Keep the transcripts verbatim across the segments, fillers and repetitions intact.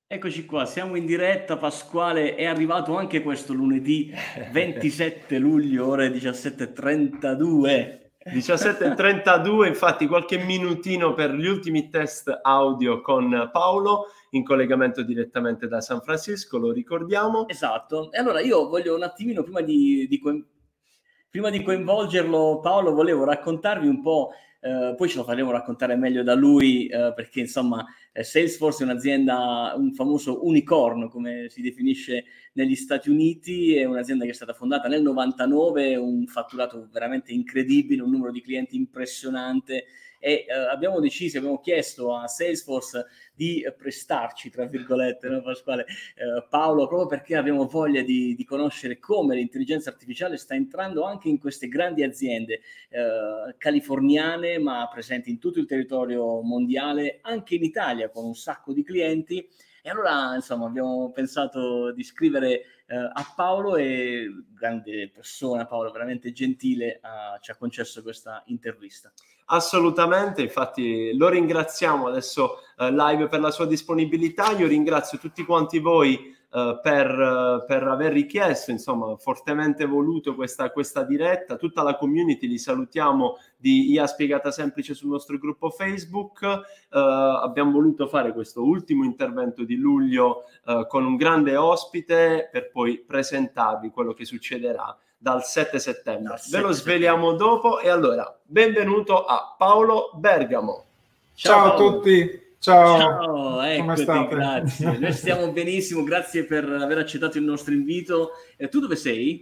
Eccoci qua, siamo in diretta. Pasquale, è arrivato anche questo lunedì ventisette luglio, ore diciassette e trentadue. diciassette e trentadue, infatti qualche minutino per gli ultimi test audio con Paolo, in collegamento direttamente da San Francisco, lo ricordiamo. Esatto, e allora io voglio un attimino, prima di, di, co- prima di coinvolgerlo, Paolo, volevo raccontarvi un po', eh, poi ce lo faremo raccontare meglio da lui, eh, perché insomma eh, Salesforce è un'azienda, un famoso unicorno, come si definisce negli Stati Uniti, è un'azienda che è stata fondata nel novantanove, un fatturato veramente incredibile, un numero di clienti impressionante, e eh, abbiamo deciso, abbiamo chiesto a Salesforce di eh, prestarci, tra virgolette, no, Pasquale, eh, Paolo, proprio perché abbiamo voglia di, di conoscere come l'intelligenza artificiale sta entrando anche in queste grandi aziende eh, californiane, ma presenti in tutto il territorio mondiale, anche in Italia, con un sacco di clienti. E allora, insomma, abbiamo pensato di scrivere eh, a Paolo, e grande persona, Paolo, veramente gentile, uh, ci ha concesso questa intervista. Assolutamente, infatti lo ringraziamo adesso eh, live per la sua disponibilità. Io ringrazio tutti quanti voi eh, per, uh, per aver richiesto, insomma, fortemente voluto questa, questa diretta. Tutta la community li salutiamo di I A Spiegata Semplice sul nostro gruppo Facebook. Uh, abbiamo voluto fare questo ultimo intervento di luglio uh, con un grande ospite, per poi presentarvi quello che succederà dal sette settembre. Dal Ve lo sette sveliamo settembre. dopo. E allora, benvenuto a Paolo Bergamo. Ciao, Ciao a tutti. Ciao, Ciao, eccoti, grazie. Noi stiamo benissimo, grazie per aver accettato il nostro invito. Eh, tu dove sei?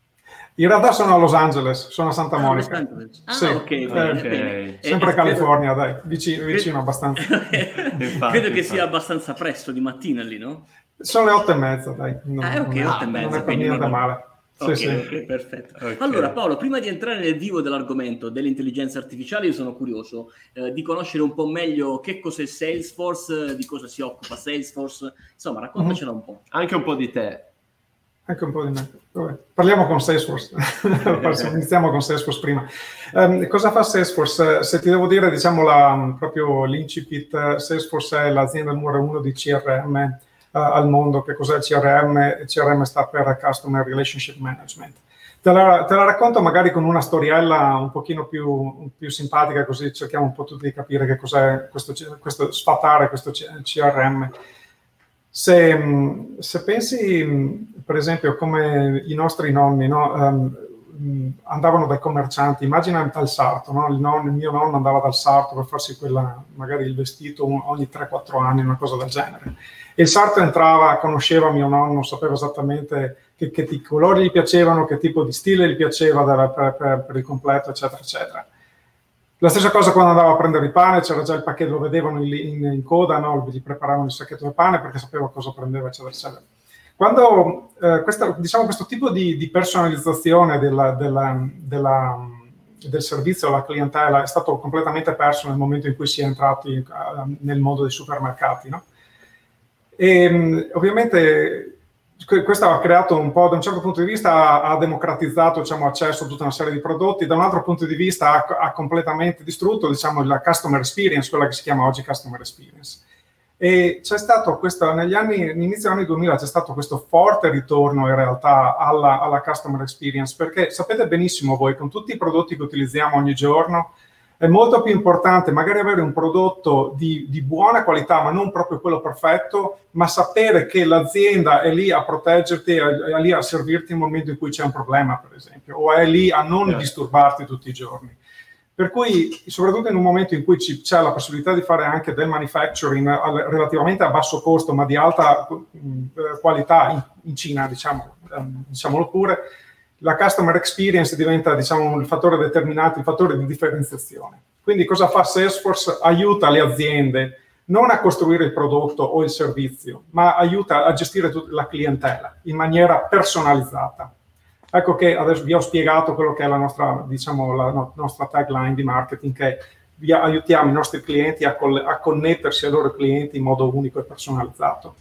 In realtà sono a Los Angeles, sono a Santa ah, Monica. Ah, sì, ok, bene, okay. bene. Sempre eh, California, dai, vicino, vicino abbastanza. infatti, credo che infatti. sia abbastanza presto di mattina lì, no? Sono le otto e mezza, dai. Non, ah, ok, otto e mezza. Non è per niente non... male. Ok, sì, ok, sì. perfetto. Okay. Allora Paolo, prima di entrare nel vivo dell'argomento dell'intelligenza artificiale, io sono curioso eh, di conoscere un po' meglio che cos'è Salesforce, di cosa si occupa Salesforce, insomma raccontacela un po'. Anche un po' di te. Anche un po' di me. Vabbè. Parliamo con Salesforce. Iniziamo con Salesforce prima. Um, cosa fa Salesforce? Se ti devo dire, diciamo, la, proprio l'incipit, Salesforce è l'azienda numero uno di C R M Uh, al mondo. Che cos'è il C R M? Il C R M sta per Customer Relationship Management. Te la, te la racconto magari con una storiella un pochino più, più simpatica, così cerchiamo un po' tutti di capire che cos'è questo, questo sfatare questo C R M. Se, se pensi, per esempio, come i nostri nonni, no? um, andavano dai commercianti, immagina dal sarto, no? il, nonno, il mio nonno andava dal sarto per farsi quella, magari il vestito ogni tre quattro anni, una cosa del genere. E il sarto entrava, conosceva mio nonno, sapeva esattamente che, che t- colori gli piacevano, che tipo di stile gli piaceva per, per, per, per il completo, eccetera, eccetera. La stessa cosa quando andava a prendere il pane, c'era già il pacchetto, lo vedevano in, in, in coda, no? Gli preparavano il sacchetto del pane perché sapeva cosa prendeva, eccetera, eccetera. Quando eh, questa, diciamo, questo tipo di, di personalizzazione della, della, della, del servizio alla clientela è stato completamente perso nel momento in cui si è entrati uh, nel mondo dei supermercati, no? E ovviamente questo ha creato un po', da un certo punto di vista, ha democratizzato, diciamo, accesso a tutta una serie di prodotti, da un altro punto di vista ha, ha completamente distrutto, diciamo, la customer experience, quella che si chiama oggi customer experience. E c'è stato questo, negli anni, all'inizio degli anni duemila c'è stato questo forte ritorno in realtà alla, alla customer experience, perché sapete benissimo voi, con tutti i prodotti che utilizziamo ogni giorno, è molto più importante magari avere un prodotto di, di buona qualità, ma non proprio quello perfetto, ma sapere che l'azienda è lì a proteggerti, è, è lì a servirti nel momento in cui c'è un problema, per esempio, o è lì a non yeah. disturbarti tutti i giorni. Per cui, soprattutto in un momento in cui ci, c'è la possibilità di fare anche del manufacturing al, relativamente a basso costo, ma di alta mh, qualità in, in Cina, diciamo, um, diciamolo pure, la customer experience diventa, diciamo, il fattore determinante, il fattore di differenziazione. Quindi cosa fa Salesforce? Aiuta le aziende non a costruire il prodotto o il servizio, ma aiuta a gestire tut- la clientela in maniera personalizzata. Ecco che adesso vi ho spiegato quello che è la nostra, diciamo, la no- nostra tagline di marketing, che vi aiutiamo i nostri clienti a, coll- a connettersi ai loro clienti in modo unico e personalizzato.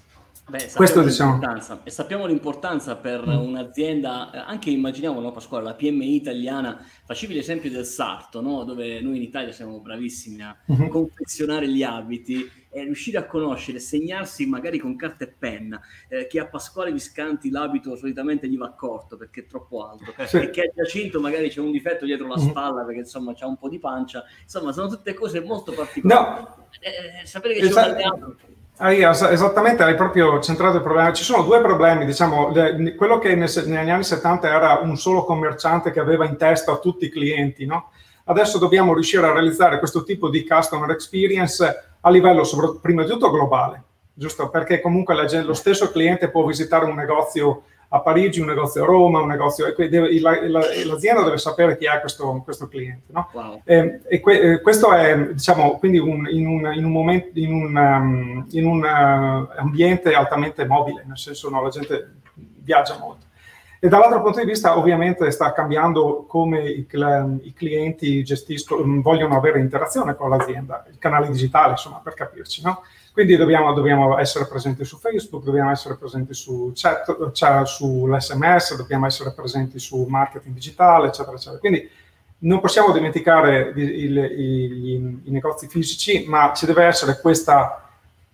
Beh, Questo sappiamo diciamo. l'importanza, e sappiamo l'importanza per Mm. un'azienda, eh, anche immaginiamo, no, Pasquale, la P M I italiana, facevi l'esempio del sarto, no? Dove noi in Italia siamo bravissimi a Mhm. confezionare gli abiti e riuscire a conoscere, segnarsi magari con carta e penna, eh, che a Pasquale Viscanti l'abito solitamente gli va corto perché è troppo alto, Sì. e che a Giacinto magari c'è un difetto dietro la Mhm. spalla perché insomma c'ha un po' di pancia, insomma sono tutte cose molto particolari. No, Eh, sapere che c'è un Esa- alleato. hai- es- esattamente, hai proprio centrato il problema. Ci sono due problemi, diciamo, le- quello che nel- negli anni settanta era un solo commerciante che aveva in testa tutti i clienti, no? Adesso dobbiamo riuscire a realizzare questo tipo di customer experience a livello, sopra- prima di tutto, globale, giusto? Perché comunque la gente- lo stesso cliente può visitare un negozio a Parigi, un negozio a Roma, un negozio, e que- deve- la- la- l'azienda deve sapere chi è questo, questo cliente, no? Wow. Eh, e que- eh, questo è, diciamo, quindi un- in un, in un momento, in un, um, in un uh, ambiente altamente mobile, nel senso, no, la gente viaggia molto. E dall'altro punto di vista, ovviamente, sta cambiando come i, cl- i clienti gestiscono, vogliono avere interazione con l'azienda, il canale digitale, insomma, per capirci, no? Quindi dobbiamo, dobbiamo essere presenti su Facebook, dobbiamo essere presenti su chat, cioè sull'esse emme esse, dobbiamo essere presenti su marketing digitale, eccetera, eccetera. Quindi non possiamo dimenticare il, il, il, i negozi fisici, ma ci deve essere questa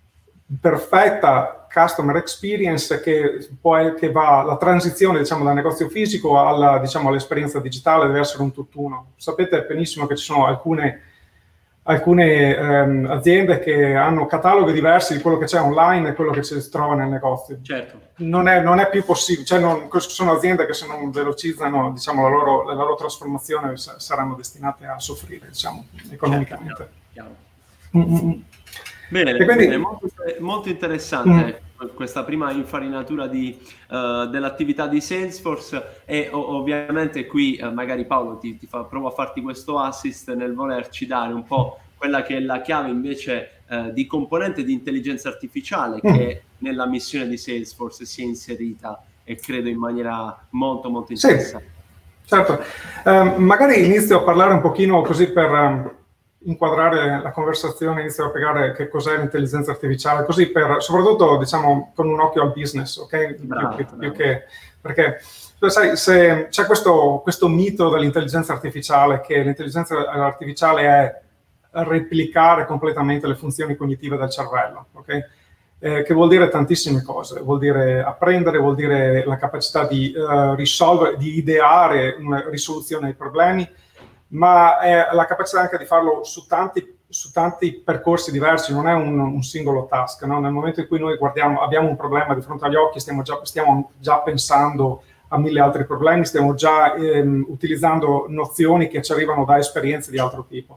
perfetta customer experience che, poi, che va, la transizione, diciamo, dal negozio fisico alla, diciamo, all'esperienza digitale deve essere un tutt'uno. Sapete benissimo che ci sono alcune, alcune ehm, aziende che hanno cataloghi diversi di quello che c'è online e quello che si trova nel negozio. Certo. Non è, non è più possibile, cioè non, sono aziende che se non velocizzano, diciamo, la loro, la loro trasformazione saranno destinate a soffrire, diciamo, economicamente. Chiaro, chiaro. Mm-hmm. Bene, quindi, bene, molto, molto interessante mm. questa prima infarinatura di, uh, dell'attività di Salesforce, e o, ovviamente qui uh, magari Paolo ti, ti fa, provo a farti questo assist nel volerci dare un po' quella che è la chiave invece uh, di componente di intelligenza artificiale mm. che nella missione di Salesforce si è inserita, e credo in maniera molto molto interessante. Sì, certo. Uh, magari inizio a parlare un pochino così per... Um, inquadrare la conversazione, inizio a spiegare che cos'è l'intelligenza artificiale, così per, soprattutto, diciamo, con un occhio al business, ok? Bravo, più, bravo. più che, perché, sai, se c'è questo, questo mito dell'intelligenza artificiale, che l'intelligenza artificiale è replicare completamente le funzioni cognitive del cervello, ok? Eh, che vuol dire tantissime cose, vuol dire apprendere, vuol dire la capacità di uh, risolvere, di ideare una risoluzione ai problemi, ma è la capacità anche di farlo su tanti, su tanti percorsi diversi, non è un, un singolo task, no? Nel momento in cui noi guardiamo, abbiamo un problema di fronte agli occhi, stiamo già, stiamo già pensando a mille altri problemi, stiamo già ehm, utilizzando nozioni che ci arrivano da esperienze di altro tipo.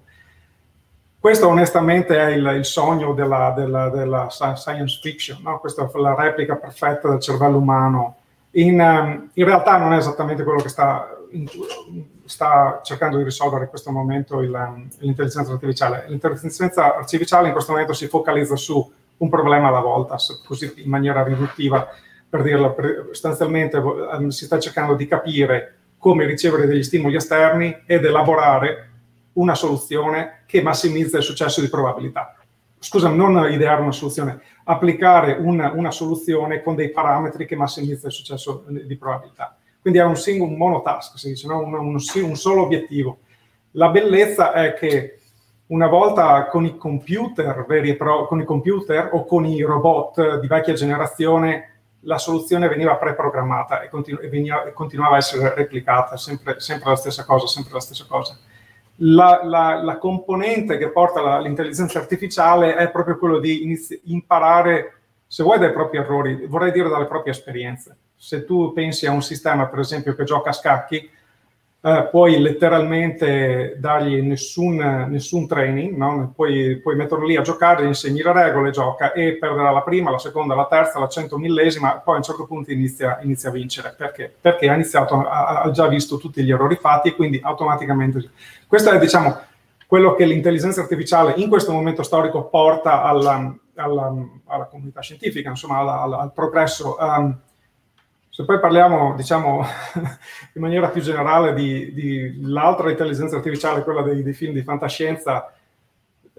Questo onestamente è il, il sogno della, della, della science fiction, no? Questa è la replica perfetta del cervello umano. In, um, in realtà non è esattamente quello che sta... In, sta cercando di risolvere in questo momento il, l'intelligenza artificiale. L'intelligenza artificiale in questo momento si focalizza su un problema alla volta, così in maniera riduttiva, per dirlo, sostanzialmente um, si sta cercando di capire come ricevere degli stimoli esterni ed elaborare una soluzione che massimizza il successo di probabilità. Scusa, non ideare una soluzione, applicare una, una soluzione con dei parametri che massimizza il successo di probabilità. Quindi è un single, un monotask, si dice, no? un, un, un solo obiettivo. La bellezza è che una volta con i computer veri e pro, con i computer o con i robot di vecchia generazione, la soluzione veniva preprogrammata e, continu- e, veniva, e continuava a essere replicata, sempre, sempre la stessa cosa, sempre la stessa cosa. La, la, la componente che porta la, l'intelligenza artificiale è proprio quello di inizi- imparare, se vuoi, dai propri errori, vorrei dire dalle proprie esperienze. Se tu pensi a un sistema, per esempio, che gioca a scacchi, eh, puoi letteralmente dargli nessun, nessun training, no? puoi, puoi metterlo lì a giocare, gli insegni le regole, gioca e perderà la prima, la seconda, la terza, la centomillesima, poi a un certo punto inizia, inizia a vincere. Perché? Perché ha iniziato, ha, ha già visto tutti gli errori fatti e quindi automaticamente... Questo è, diciamo, quello che l'intelligenza artificiale in questo momento storico porta alla, alla, alla comunità scientifica, insomma, alla, alla, al progresso. Um, Se poi parliamo, diciamo, in maniera più generale di, di l'altra intelligenza artificiale, quella dei, dei film di fantascienza,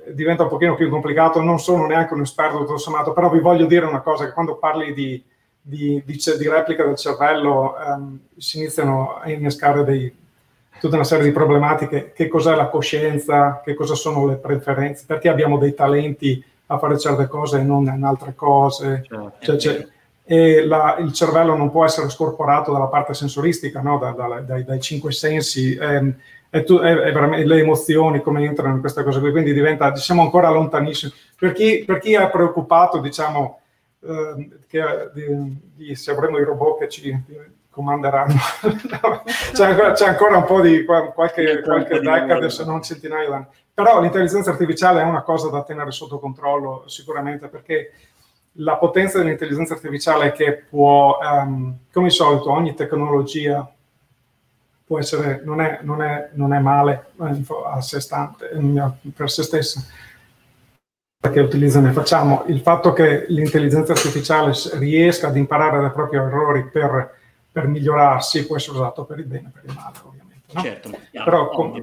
diventa un pochino più complicato, non sono neanche un esperto tutto sommato, però vi voglio dire una cosa, che quando parli di, di, di, di replica del cervello um, si iniziano a innescare dei, tutta una serie di problematiche. Che cos'è la coscienza, che cosa sono le preferenze, perché abbiamo dei talenti a fare certe cose e non in altre cose, certo. cioè, cioè, e la, il cervello non può essere scorporato dalla parte sensoristica, no? da, da, dai, dai cinque sensi, ehm, è tu, è, è veramente, le emozioni come entrano in questa cosa qui, quindi diventa, siamo ancora lontanissimi. Per chi, per chi è preoccupato, diciamo, eh, che, di, di, se avremo i robot che ci comanderanno, c'è, ancora, c'è ancora un po' di qualche, qualche decade, se non centinaia d'anni. Però l'intelligenza artificiale è una cosa da tenere sotto controllo sicuramente, perché la potenza dell'intelligenza artificiale è che può, um, come al solito, ogni tecnologia può essere, non è, non è, non è male a sé stante, per se stessa, perché utilizza ne facciamo. Il fatto che l'intelligenza artificiale riesca ad imparare dai propri errori per, per migliorarsi può essere usato per il bene e per il male, ovviamente. No? Certo, yeah, però come,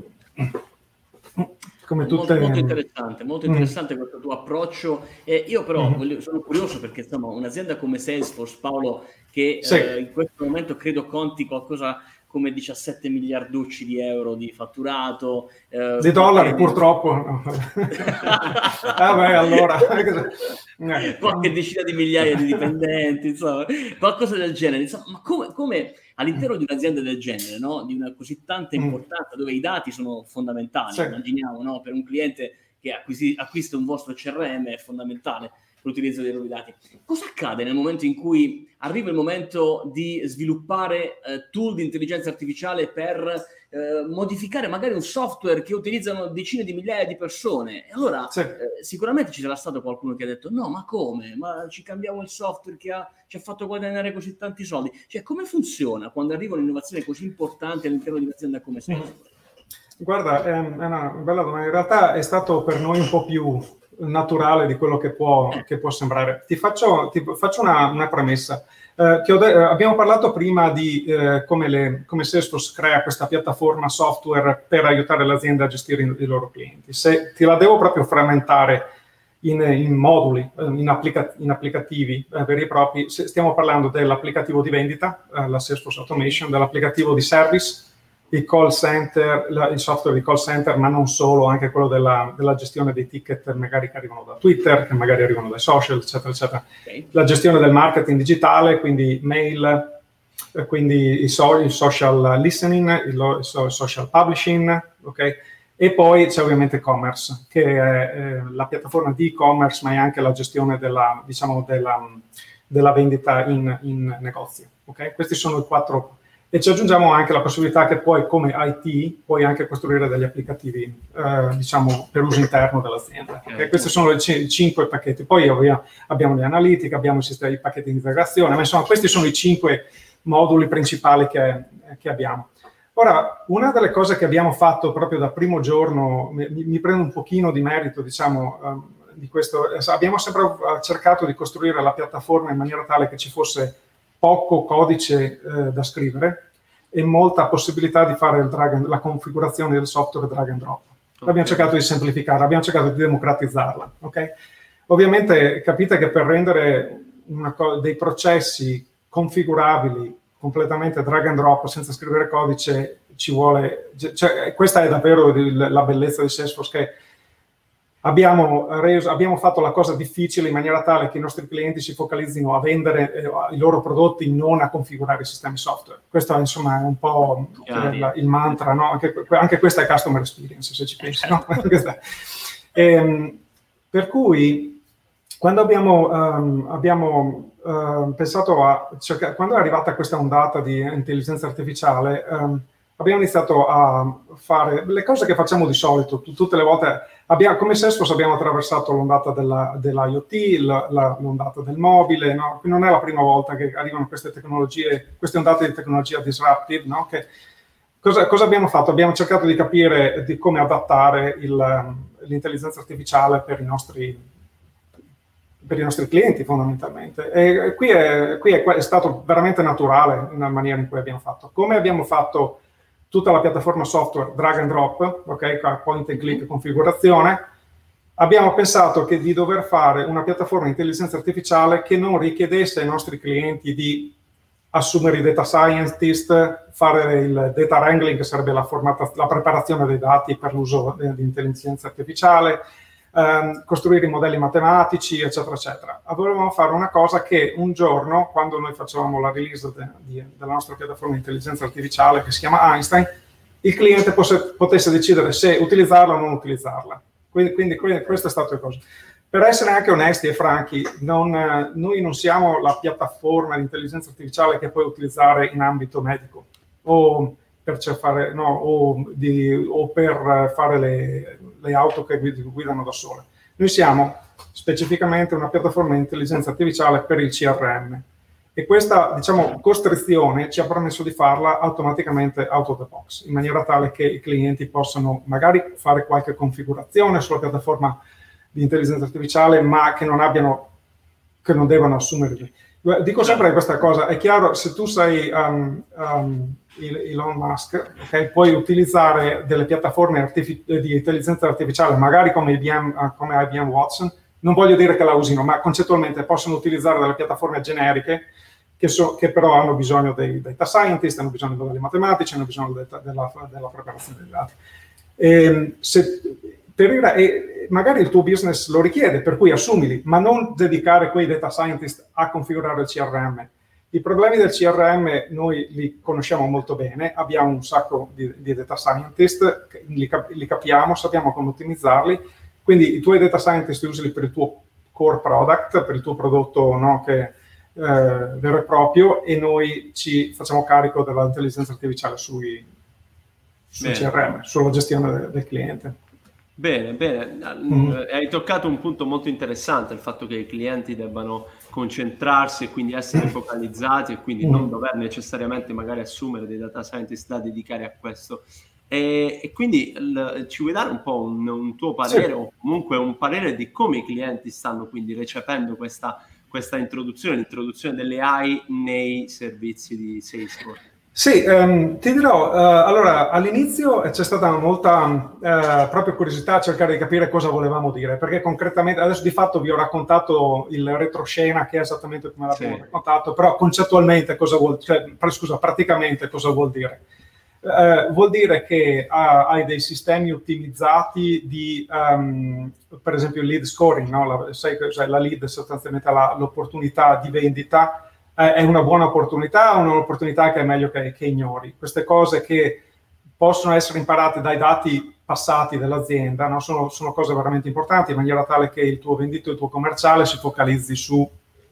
come tutte... molto, molto interessante, molto interessante mm. questo tuo approccio. Eh, io però mm. voglio, sono curioso perché insomma un'azienda come Salesforce, Paolo, che sì. eh, in questo momento credo conti qualcosa come diciassette miliarducci di euro di fatturato. Eh, di dollari di... purtroppo. No. ah beh, allora. Qualche decina di migliaia di dipendenti, insomma, qualcosa del genere. Insomma, ma come, come all'interno di un'azienda del genere, no? Di una così tanta importanza, mm. dove i dati sono fondamentali, sì. immaginiamo, no? Per un cliente che acquisi, acquista un vostro C R M è fondamentale l'utilizzo dei propri dati. Cosa accade nel momento in cui arriva il momento di sviluppare eh, tool di intelligenza artificiale per eh, modificare magari un software che utilizzano decine di migliaia di persone? E allora sì. eh, sicuramente ci sarà stato qualcuno che ha detto no, ma come? Ma ci cambiamo il software che ha, ci ha fatto guadagnare così tanti soldi? Cioè, come funziona quando arriva un'innovazione così importante all'interno di un'azienda come Salesforce? Guarda, è una bella domanda. In realtà è stato per noi un po' più naturale di quello che può, che può sembrare. Ti faccio, ti faccio una, una premessa. Eh, ti ho de- abbiamo parlato prima di eh, come, le, come Salesforce crea questa piattaforma software per aiutare l'azienda a gestire i, i loro clienti. Se ti la devo proprio frammentare in, in moduli, in, applica- in applicativi eh, veri e propri, stiamo parlando dell'applicativo di vendita, eh, la Salesforce Automation, dell'applicativo di service, il call center, la, il software di call center, ma non solo, anche quello della, della gestione dei ticket magari che arrivano da Twitter, che magari arrivano dai social, eccetera, eccetera. Okay. La gestione del marketing digitale, quindi mail, quindi il, so, il social listening, il, il social publishing, ok? E poi c'è ovviamente e-commerce, che è eh, la piattaforma di e-commerce, ma è anche la gestione della, diciamo, della, della vendita in, in negozio, ok? Questi sono i quattro. E ci aggiungiamo anche la possibilità che poi, come I T, puoi anche costruire degli applicativi, eh, diciamo, per uso interno dell'azienda. Okay? Questi sono i c- cinque pacchetti. Poi abbiamo, abbiamo le analitiche, abbiamo i, sistemi, i pacchetti di integrazione, ma insomma questi sono i cinque moduli principali che, che abbiamo. Ora, una delle cose che abbiamo fatto proprio dal primo giorno, mi, mi prendo un pochino di merito, diciamo, um, di questo, abbiamo sempre cercato di costruire la piattaforma in maniera tale che ci fosse poco codice eh, da scrivere e molta possibilità di fare il drag and, la configurazione del software drag and drop. Okay. Abbiamo cercato di semplificarla, abbiamo cercato di democratizzarla. Okay? Ovviamente capite che per rendere una co- dei processi configurabili completamente drag and drop senza scrivere codice ci vuole, cioè, questa è davvero il, la bellezza di Salesforce, che Abbiamo, reso, abbiamo fatto la cosa difficile in maniera tale che i nostri clienti si focalizzino a vendere eh, i loro prodotti, non a configurare i sistemi software. Questo insomma è un po' il, il mantra, no? Anche, anche questa è customer experience, se ci pensi, no? e, per cui, quando abbiamo, um, abbiamo uh, pensato a cercare, quando è arrivata questa ondata di intelligenza artificiale, um, abbiamo iniziato a fare le cose che facciamo di solito, tutte le volte. Abbiamo, come Salesforce abbiamo attraversato l'ondata della, dell'IoT, la, la, l'ondata del mobile, no? Non è la prima volta che arrivano queste tecnologie, queste ondate di tecnologia disruptive, no? Che, cosa, cosa abbiamo fatto? Abbiamo cercato di capire di come adattare il, l'intelligenza artificiale per i nostri, per i nostri clienti fondamentalmente. E qui, è, qui è, è stato veramente naturale nella maniera in cui abbiamo fatto. Come abbiamo fatto tutta la piattaforma software drag and drop, ok, point and click configurazione, abbiamo pensato che di dover fare una piattaforma di intelligenza artificiale che non richiedesse ai nostri clienti di assumere i data scientist, fare il data wrangling, che sarebbe la, formata, la preparazione dei dati per l'uso di intelligenza artificiale, ehm, costruire i modelli matematici, eccetera, eccetera. Volevamo fare una cosa che un giorno, quando noi facevamo la release de, di, della nostra piattaforma di intelligenza artificiale, che si chiama Einstein, il cliente posse, potesse decidere se utilizzarla o non utilizzarla. Quindi, quindi, quindi questo è stato il coso. Per essere anche onesti e franchi, non, eh, noi non siamo la piattaforma di intelligenza artificiale che puoi utilizzare in ambito medico o per, fare, no, o di, o per fare le, le auto che guidano da sole. Noi siamo specificamente una piattaforma di intelligenza artificiale per il C R M e questa, diciamo, costrizione ci ha permesso di farla automaticamente out of the box, in maniera tale che i clienti possano magari fare qualche configurazione sulla piattaforma di intelligenza artificiale, ma che non abbiano, che non devono assumerli. Dico sempre questa cosa, è chiaro, se tu sei um, um, Elon Musk, okay, puoi utilizzare delle piattaforme artific- di intelligenza artificiale, magari come I B M, uh, come I B M Watson, non voglio dire che la usino, ma concettualmente possono utilizzare delle piattaforme generiche che, so, che però hanno bisogno dei data scientist, hanno bisogno dei matematici, hanno bisogno della, della, della preparazione dei dati. E, se, per il, e magari il tuo business lo richiede, per cui assumili, ma non dedicare quei data scientist a configurare il C R M. I problemi del C R M noi li conosciamo molto bene, abbiamo un sacco di, di data scientist, li, cap- li capiamo, sappiamo come ottimizzarli, quindi i tuoi data scientist usali per il tuo core product, per il tuo prodotto, no, che, eh, vero e proprio, e noi ci facciamo carico dell'intelligenza artificiale sui, sui C R M, sulla gestione del, del cliente. Bene, bene. Mm. Hai toccato un punto molto interessante, il fatto che i clienti debbano concentrarsi e quindi essere focalizzati e quindi mm. non dover necessariamente magari assumere dei data scientist da dedicare a questo. E, e quindi l, ci vuoi dare un po' un, un tuo parere, sì, o comunque un parere di come i clienti stanno quindi recependo questa, questa introduzione, l'introduzione delle A I nei servizi di Salesforce? Sì, um, ti dirò, uh, allora all'inizio c'è stata molta uh, proprio curiosità a cercare di capire cosa volevamo dire, perché concretamente, adesso di fatto vi ho raccontato il retroscena che è esattamente come l'abbiamo sì. raccontato, però concettualmente cosa vuol dire, cioè, scusa, praticamente cosa vuol dire? Uh, vuol dire che uh, hai dei sistemi ottimizzati di, um, per esempio il lead scoring, no? la, sai, cioè, la lead sostanzialmente la, l'opportunità di vendita, è una buona opportunità o un'opportunità che è meglio che, che ignori. Queste cose che possono essere imparate dai dati passati dell'azienda, no? sono, sono cose veramente importanti, in maniera tale che il tuo vendito e il tuo commerciale si focalizzi su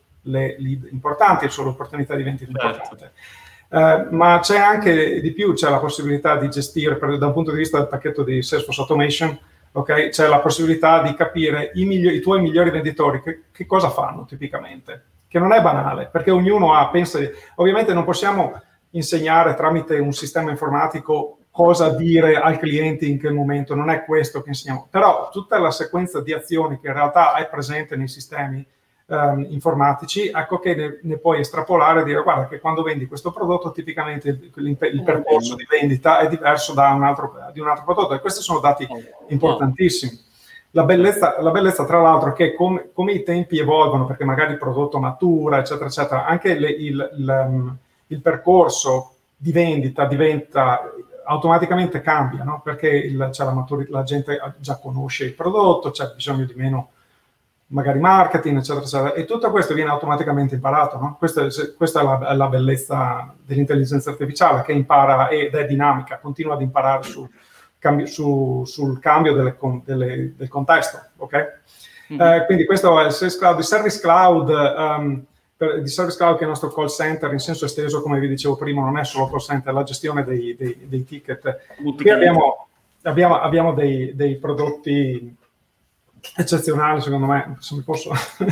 le lead importanti e sulle opportunità di vendita importanti. Uh, ma c'è anche di più, c'è la possibilità di gestire, per, da un punto di vista del pacchetto di Salesforce Automation, okay? C'è la possibilità di capire i, migliori, i tuoi migliori venditori che, che cosa fanno tipicamente, che non è banale, perché ognuno ha, pensa, ovviamente non possiamo insegnare tramite un sistema informatico cosa dire al cliente in che momento, non è questo che insegniamo, però tutta la sequenza di azioni che in realtà è presente nei sistemi um, informatici, ecco che ne, ne puoi estrapolare e dire guarda che quando vendi questo prodotto tipicamente il, il, il percorso di vendita è diverso da un altro, di un altro prodotto, e questi sono dati importantissimi. La bellezza, la bellezza, tra l'altro, è che come, come i tempi evolvono, perché magari il prodotto matura, eccetera, eccetera, anche le, il, il, il percorso di vendita diventa automaticamente cambia, no? Perché il, c'è la, maturi- la gente già conosce il prodotto, c'è bisogno di meno magari marketing, eccetera, eccetera, e tutto questo viene automaticamente imparato, no? Questa, questa è la, la bellezza dell'intelligenza artificiale, che impara ed è dinamica, continua ad imparare su Cambio, su, sul cambio delle, delle, del contesto, ok? Mm-hmm. Eh, quindi questo è il Service Cloud. Il Service Cloud, um, per, di Service Cloud, che è il nostro call center in senso esteso, come vi dicevo prima, non è solo call center, è la gestione dei, dei, dei ticket. Qui abbiamo, abbiamo, abbiamo dei, dei prodotti eccezionali, secondo me, se mi posso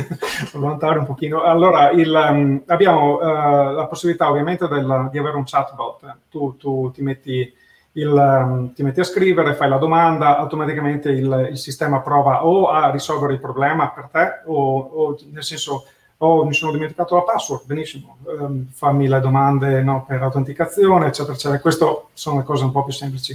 vantare un pochino. Allora, il, um, abbiamo uh, la possibilità ovviamente del, di avere un chatbot. Tu, tu ti metti Il, um, ti metti a scrivere, fai la domanda, automaticamente il, il sistema prova o a risolvere il problema per te o, o nel senso, oh, mi sono dimenticato la password, benissimo, um, fammi le domande, no, per autenticazione, eccetera, eccetera. Queste sono le cose un po' più semplici.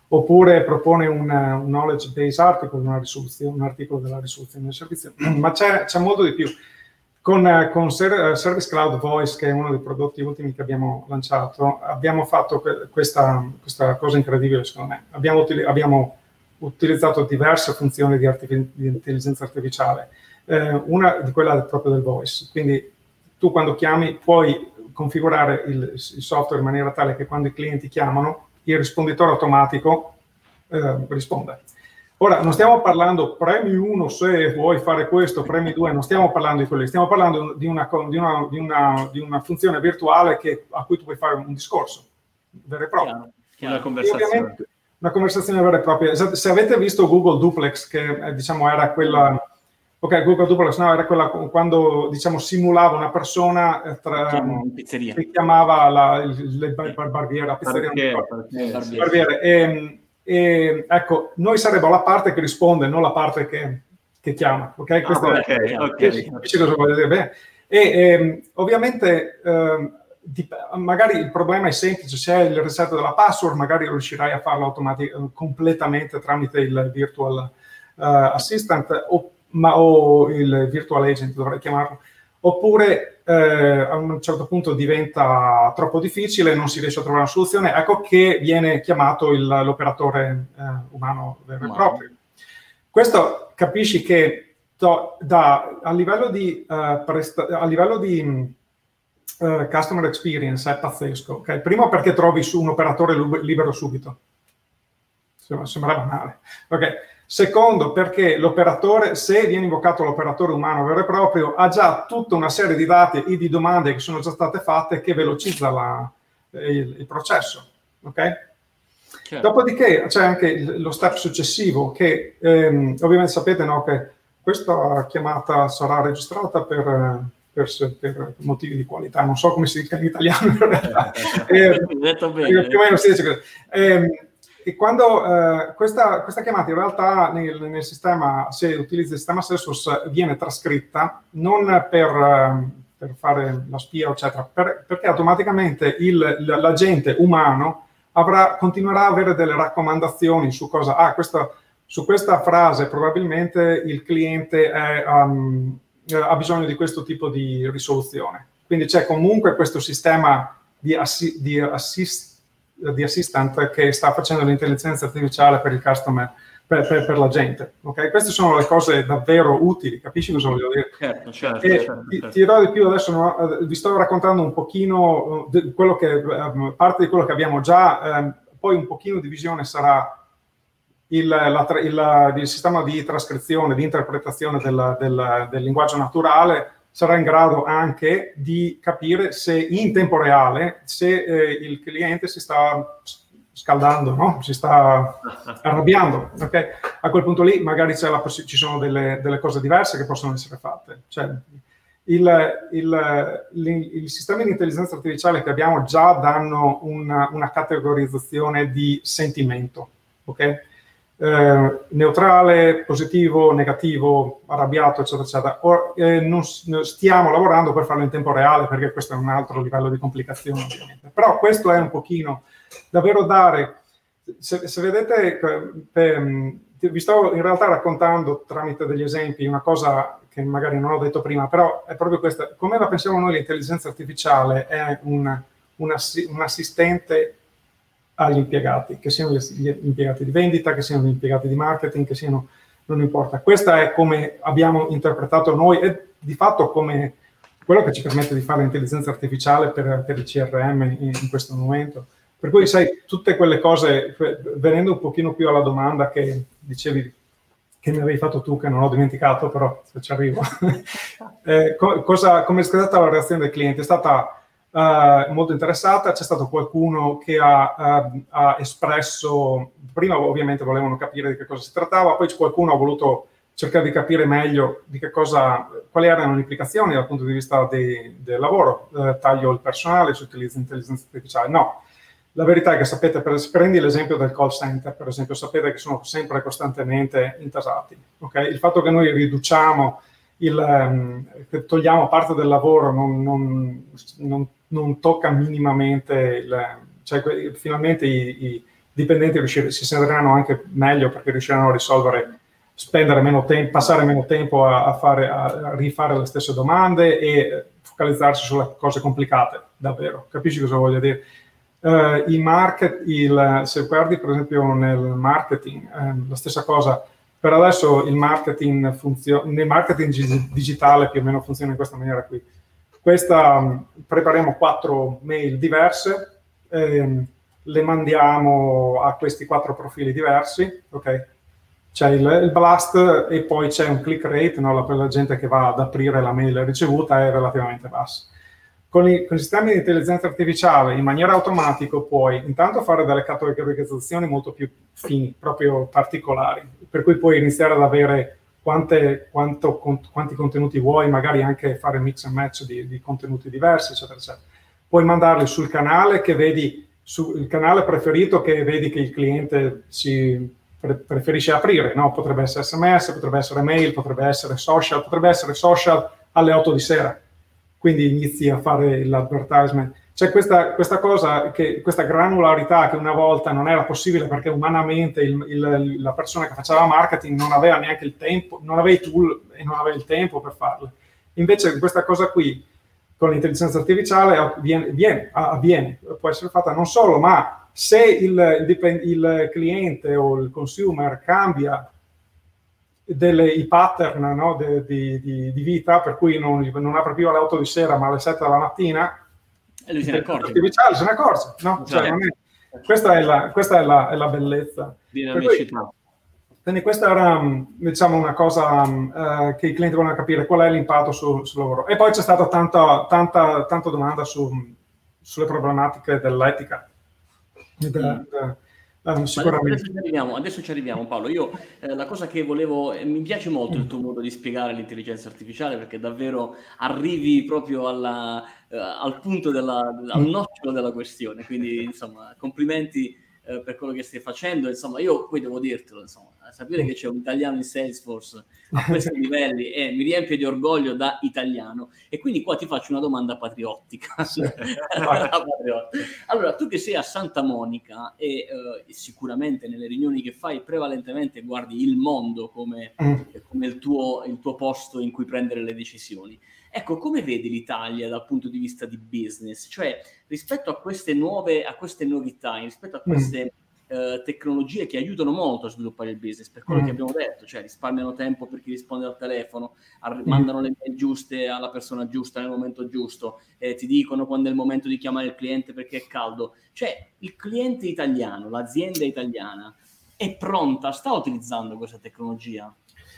oppure propone un, un knowledge base article, una risoluzione, un articolo della risoluzione del servizio, ma c'è, c'è molto di più. Con, con Service Cloud Voice, che è uno dei prodotti ultimi che abbiamo lanciato, abbiamo fatto questa, questa cosa incredibile, secondo me. Abbiamo, abbiamo utilizzato diverse funzioni di, artific- di intelligenza artificiale, eh, una di quella proprio del voice. Quindi tu quando chiami puoi configurare il, il software in maniera tale che quando i clienti chiamano, il risponditore automatico eh, risponde. Ora, non stiamo parlando premi uno se vuoi fare questo, premi due, non stiamo parlando di quelli, stiamo parlando di una, di una, di una, di una funzione virtuale che, a cui tu puoi fare un discorso vero e proprio. Chiaro, chiaro. Una conversazione. Una conversazione vera e propria. Se avete visto Google Duplex, che eh, diciamo era quella... Ok, Google Duplex, no, era quella quando, diciamo, simulava una persona eh, tra, in pizzeria. che chiamava la, il, il bar, barbiere, la pizzeria. Barbiere, barbiere, barbiere. barbiere. E, e, ecco, noi saremmo la parte che risponde, non la parte che, che chiama. Ok, questo ah, è, okay, è, okay. capisci cosa voglio dire? Bene. E, e ovviamente eh, di, magari il problema è semplice, c'è il reset della password, magari riuscirai a farlo automaticamente completamente tramite il virtual uh, assistant o, ma, o il virtual agent, dovrei chiamarlo. Oppure eh, a un certo punto diventa troppo difficile, non si riesce a trovare una soluzione, ecco che viene chiamato il, l'operatore eh, umano vero e proprio. Questo capisci che to, da, a livello di, uh, presta, a livello di uh, customer experience è pazzesco. Okay? Primo perché trovi su un operatore libero subito. Sembra banale. Okay. Secondo, perché l'operatore, se viene invocato l'operatore umano vero e proprio, ha già tutta una serie di dati e di domande che sono già state fatte che velocizza la, il, il processo. Okay? Certo. Dopodiché c'è anche lo step successivo che ehm, ovviamente sapete, no, che questa chiamata sarà registrata per, per, per motivi di qualità, non so come si dice in italiano in realtà. eh, detto bene. Più o meno si dice così. Eh, E quando eh, questa, questa chiamata in realtà nel, nel sistema, se utilizzi il sistema Salesforce, viene trascritta non per, per fare la spia, eccetera, per, perché automaticamente il, l'agente umano avrà, continuerà a avere delle raccomandazioni su cosa, ah, questa, su questa frase probabilmente il cliente è, um, ha bisogno di questo tipo di risoluzione. Quindi c'è comunque questo sistema di, assi, di assist di assistant che sta facendo l'intelligenza artificiale per il customer, per, per, per la gente. Okay? Queste sono le cose davvero utili, capisci cosa voglio dire? Certo, certo, e certo, ti, certo. ti dirò di più adesso, no? Vi sto raccontando un pochino di quello che, parte di quello che abbiamo già, ehm, poi un pochino di visione sarà il, la, il, il sistema di trascrizione, di interpretazione del, del, del linguaggio naturale, sarà in grado anche di capire se in tempo reale, se eh, il cliente si sta scaldando, no? Si sta arrabbiando. Okay? A quel punto lì magari c'è la poss- ci sono delle, delle cose diverse che possono essere fatte. Cioè, il, il, il, il sistema di intelligenza artificiale che abbiamo già danno una, una categorizzazione di sentimento. Okay? Eh, neutrale, positivo, negativo, arrabbiato, eccetera, eccetera. Or, eh, non, stiamo lavorando per farlo in tempo reale perché questo è un altro livello di complicazione, ovviamente. Però questo è un pochino davvero dare, se, se vedete, per, vi sto in realtà raccontando tramite degli esempi una cosa che magari non ho detto prima, però è proprio questa. Come la pensiamo noi, l'intelligenza artificiale è un, un, assi, un assistente agli impiegati, che siano gli impiegati di vendita, che siano gli impiegati di marketing, che siano, non importa. Questa è come abbiamo interpretato noi e di fatto come quello che ci permette di fare l'intelligenza artificiale per, per il C R M in, in questo momento. Per cui, sai, tutte quelle cose, venendo un pochino più alla domanda che dicevi, che mi avevi fatto tu, che non ho dimenticato, però se ci arrivo. eh, co- cosa, come è stata la reazione del cliente? È stata Uh, molto interessata, c'è stato qualcuno che ha, uh, ha espresso, prima ovviamente volevano capire di che cosa si trattava, poi qualcuno ha voluto cercare di capire meglio di che cosa, quali erano le implicazioni dal punto di vista de, del lavoro, uh, taglio il personale, si utilizza l'intelligenza artificiale. No, la verità è che sapete, per, prendi l'esempio del call center, per esempio, sapete che sono sempre costantemente intasati. Okay? Il fatto che noi riduciamo Il, um, che togliamo parte del lavoro non, non, non, non tocca minimamente il, cioè finalmente i, i, dipendenti riuscire, si sentiranno anche meglio perché riusciranno a risolvere, spendere meno tempo, passare meno tempo a, a, fare, a rifare le stesse domande e focalizzarsi sulle cose complicate, davvero. Capisci cosa voglio dire? Uh, i market, il, se guardi per esempio nel marketing, eh, la stessa cosa. Per adesso il marketing funziona, nel marketing digitale più o meno funziona in questa maniera qui. Questa, um, prepariamo quattro mail diverse, ehm, le mandiamo a questi quattro profili diversi, ok? C'è il, il blast e poi c'è un click rate, no? Per la gente che va ad aprire la mail ricevuta è relativamente bassa. Con i, con i sistemi di intelligenza artificiale, in maniera automatica, puoi intanto fare delle categorizzazioni molto più fini, proprio particolari, per cui puoi iniziare ad avere quante, quanto, quanti contenuti vuoi, magari anche fare mix and match di, di contenuti diversi, eccetera, eccetera. Puoi mandarli sul canale che vedi, sul canale preferito che vedi che il cliente si pre- preferisce aprire, no? Potrebbe essere sms, potrebbe essere mail, potrebbe essere social, potrebbe essere social alle otto di sera. Quindi inizi a fare l'advertisement. C'è questa, questa cosa, che, questa granularità che una volta non era possibile perché umanamente il, il, la persona che faceva marketing non aveva neanche il tempo, non aveva i tool e non aveva il tempo per farlo. Invece questa cosa qui, con l'intelligenza artificiale, avviene, viene, avviene, può essere fatta non solo, ma se il, il, il cliente o il consumer cambia delle, i pattern, no, de, di, di, di vita, per cui non, non apre più alle otto di sera ma alle sette della mattina, e lui se ne accorge. Se ne accorge, no? Cioè, non è, questa è la, questa è la, è la bellezza. Cui, quindi questa era, diciamo, una cosa uh, che i clienti vogliono capire, qual è l'impatto sul, sul lavoro. E poi c'è stata tanta, tanta, tanta domanda su, sulle problematiche dell'etica. De, de, Um, sicuramente. Adesso ci, arriviamo, adesso ci arriviamo, Paolo. Io eh, la cosa che volevo, eh, mi piace molto il tuo modo di spiegare l'intelligenza artificiale, perché davvero arrivi proprio alla, eh, al punto della, al nocciolo della questione. Quindi, insomma, complimenti eh, per quello che stai facendo. Insomma, io poi devo dirtelo, insomma, sapere che c'è un italiano in Salesforce a questi livelli e mi riempie di orgoglio da italiano. E quindi qua ti faccio una domanda patriottica. Allora, tu che sei a Santa Monica e uh, sicuramente nelle riunioni che fai prevalentemente guardi il mondo come, come il, tuo, il tuo posto in cui prendere le decisioni. Ecco, come vedi l'Italia dal punto di vista di business? Cioè, rispetto a queste nuove, a queste novità, rispetto a queste Uh, tecnologie che aiutano molto a sviluppare il business, per quello mm. che abbiamo detto, cioè risparmiano tempo per chi risponde al telefono, ar- mm. mandano le mail giuste alla persona giusta nel momento giusto, eh, ti dicono quando è il momento di chiamare il cliente perché è caldo. Cioè il cliente italiano, l'azienda italiana è pronta, sta utilizzando questa tecnologia?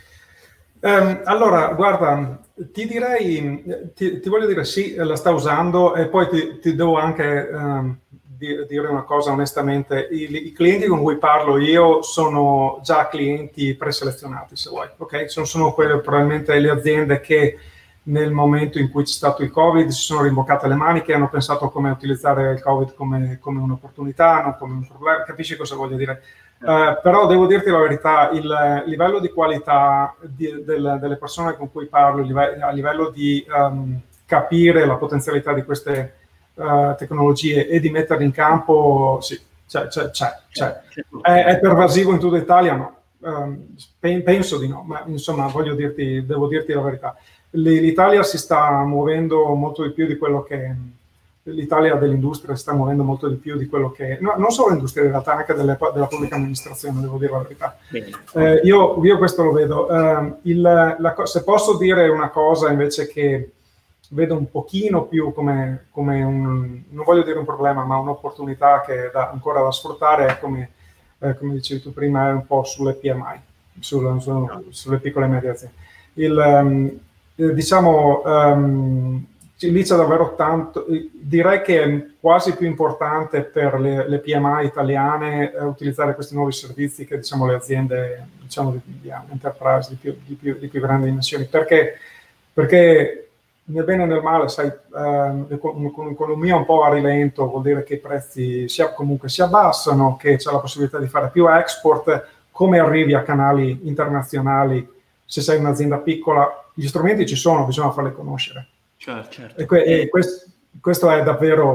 Um, allora, guarda, ti direi, ti, ti voglio dire sì, la sta usando, e poi ti, ti devo anche um, dire una cosa onestamente, I, i clienti con cui parlo io sono già clienti preselezionati, se vuoi, ok? Sono, sono quelle probabilmente le aziende che nel momento in cui c'è stato il Covid si sono rimboccate le maniche e hanno pensato come utilizzare il Covid come, come un'opportunità, non come un problema. Capisci cosa voglio dire? Uh, però devo dirti la verità, il livello di qualità di, del, delle persone con cui parlo, il livello, a livello di um, capire la potenzialità di queste uh, tecnologie e di metterle in campo, sì, c'è, c'è, c'è, c'è. È, è pervasivo in tutta Italia? No. Um, penso di no, ma insomma voglio dirti, devo dirti la verità. L'Italia si sta muovendo molto di più di quello che l'Italia dell'industria si sta muovendo molto di più di quello che no, non solo l'industria in realtà, anche delle, della pubblica amministrazione, devo dire la verità. Eh, io, io questo lo vedo. Eh, il, la, se posso dire una cosa invece che vedo un pochino più come, come un, non voglio dire un problema, ma un'opportunità che è da, ancora da sfruttare, è come, eh, come dicevi tu prima, è un po' sulle P M I, sul, su, sulle piccole e medie aziende. Il, um, diciamo, um, lì c'è davvero tanto, direi che è quasi più importante per le, le P M I italiane eh, utilizzare questi nuovi servizi che, diciamo, le aziende, diciamo, di, di enterprise di più, di, più, di più grandi dimensioni, perché, perché nel bene e nel male, sai, eh, con un'economia un po' a rilento vuol dire che i prezzi si, comunque si abbassano, che c'è la possibilità di fare più export. Come arrivi a canali internazionali se sei un'azienda piccola? Gli strumenti ci sono, bisogna farli conoscere. Certo, certo. E, que- e questo, questo è davvero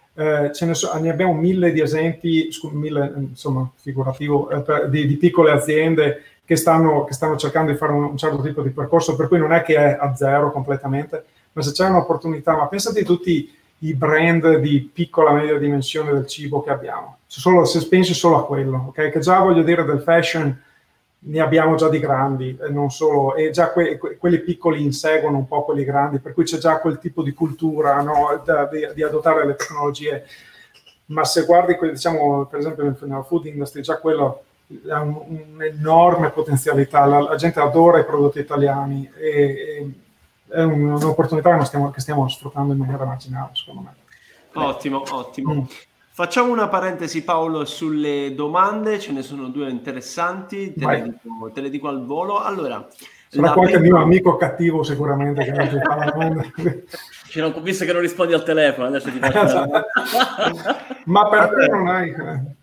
Eh, ce ne, so, ne abbiamo mille di esempi, scu- mille, insomma, figurativo, eh, per, di, di piccole aziende che stanno, che stanno cercando di fare un, un certo tipo di percorso, per cui non è che è a zero completamente, ma se c'è un'opportunità, ma pensate a tutti i brand di piccola media dimensione del cibo che abbiamo, se, solo, se pensi solo a quello, ok? Che già voglio dire del fashion ne abbiamo già di grandi, e non solo, e già que, que, quelli piccoli inseguono un po' quelli grandi, per cui c'è già quel tipo di cultura, no? da, di, di adottare le tecnologie. Ma se guardi, diciamo, per esempio nella food industry, già quello ha un, un'enorme potenzialità, la, la gente adora i prodotti italiani e, e è un, un'opportunità che, non stiamo, che stiamo sfruttando in maniera marginale, secondo me. Ottimo, ottimo. Mm. Facciamo una parentesi, Paolo, sulle domande, ce ne sono due interessanti, te, le dico, te le dico al volo. Allora, sarà qualche prima... mio amico cattivo sicuramente che oggi fa la domanda. Cioè, non, visto che non rispondi al telefono, adesso ti faccio una... Ma perché non hai...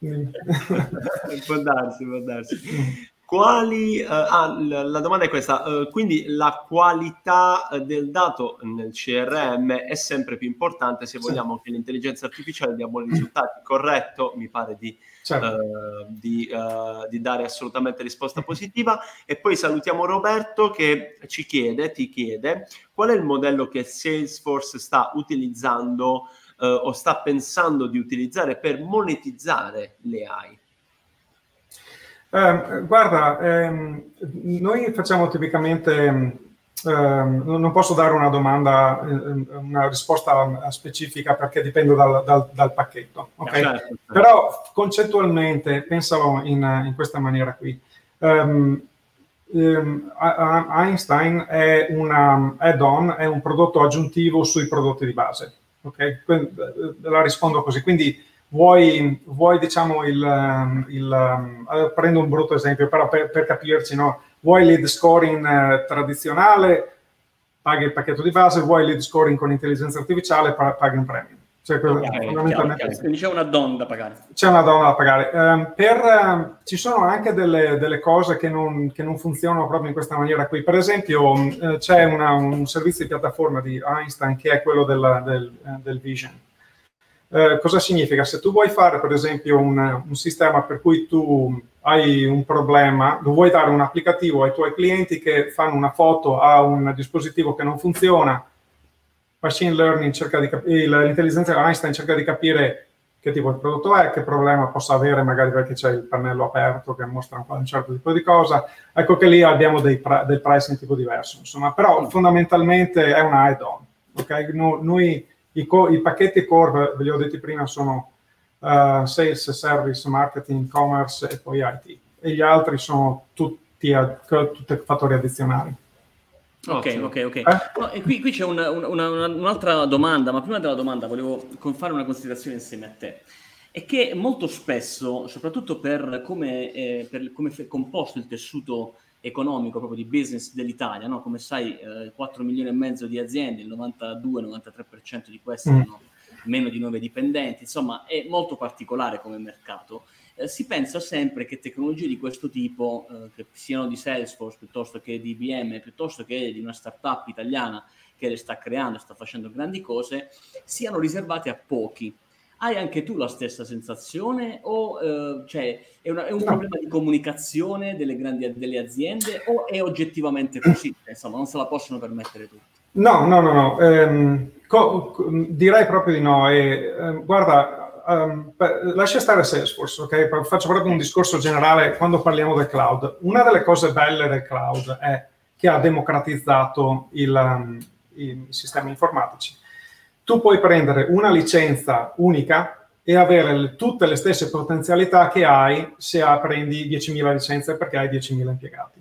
può darsi, può darsi. Quali, uh, ah, la, la domanda è questa, uh, quindi la qualità del dato nel C R M è sempre più importante se vogliamo sì. che l'intelligenza artificiale dia buoni risultati, corretto? Mi pare di, certo. uh, di, uh, di dare assolutamente risposta positiva. E poi salutiamo Roberto che ci chiede, ti chiede, qual è il modello che Salesforce sta utilizzando uh, o sta pensando di utilizzare per monetizzare le A I? Eh, guarda, ehm, noi facciamo tipicamente, ehm, non posso dare una domanda, una risposta specifica perché dipende dal, dal, dal pacchetto, okay? Certo, certo. Però concettualmente pensalo in, in questa maniera qui. Um, um, Einstein è un add-on, è un prodotto aggiuntivo sui prodotti di base, ok? Quindi, la rispondo così, quindi Vuoi, vuoi diciamo il, il uh, prendo un brutto esempio però per, per capirci, no? Vuoi lead scoring uh, tradizionale, paghi il pacchetto di base, vuoi lead scoring con intelligenza artificiale, paghi un premium. Cioè, okay, fondamentalmente chiaro, chiaro. Quindi c'è una donna da pagare. C'è una donna da pagare. Um, per, uh, ci sono anche delle, delle cose che non, che non funzionano proprio in questa maniera qui. Per esempio uh, c'è una, un servizio di piattaforma di Einstein che è quello della, del, uh, del Vision. Eh, cosa significa? Se tu vuoi fare per esempio un, un sistema per cui tu hai un problema, tu vuoi dare un applicativo ai tuoi clienti che fanno una foto a un dispositivo che non funziona, machine learning cerca di capire, l'intelligenza Einstein cerca di capire che tipo di prodotto è, che problema possa avere, magari perché c'è il pannello aperto che mostra un certo tipo di cosa, ecco che lì abbiamo dei, del pricing tipo diverso, insomma, però fondamentalmente è una add-on, ok? No, noi I, co- I pacchetti core, ve li ho detti prima, sono uh, sales, service, marketing, commerce e poi I T. E gli altri sono tutti, a, tutti fattori addizionali. Ok, ok, ok. Eh? No, e qui, qui c'è una, una, una, un'altra domanda, ma prima della domanda volevo fare una considerazione insieme a te. È che molto spesso, soprattutto per come, eh, per come è composto il tessuto economico proprio di business dell'Italia, no? Come sai, eh, quattro milioni e mezzo di aziende, il novantadue novantatré per cento di queste mm. hanno meno di nove dipendenti, insomma è molto particolare come mercato. Eh, si pensa sempre che tecnologie di questo tipo, eh, che siano di Salesforce piuttosto che di I B M, piuttosto che di una startup italiana che le sta creando, sta facendo grandi cose, siano riservate a pochi. Hai anche tu la stessa sensazione o eh, cioè, è, una, è un no. problema di comunicazione delle grandi delle aziende o è oggettivamente così? Insomma, non se la possono permettere tutti. No, no, no, no. Ehm, co- co- direi proprio di no. E, eh, guarda, um, per, lascia stare Salesforce, ok? Faccio proprio un discorso generale quando parliamo del cloud. Una delle cose belle del cloud è che ha democratizzato il, um, i sistemi informatici. Tu puoi prendere una licenza unica e avere le, tutte le stesse potenzialità che hai se prendi diecimila licenze perché hai diecimila impiegati.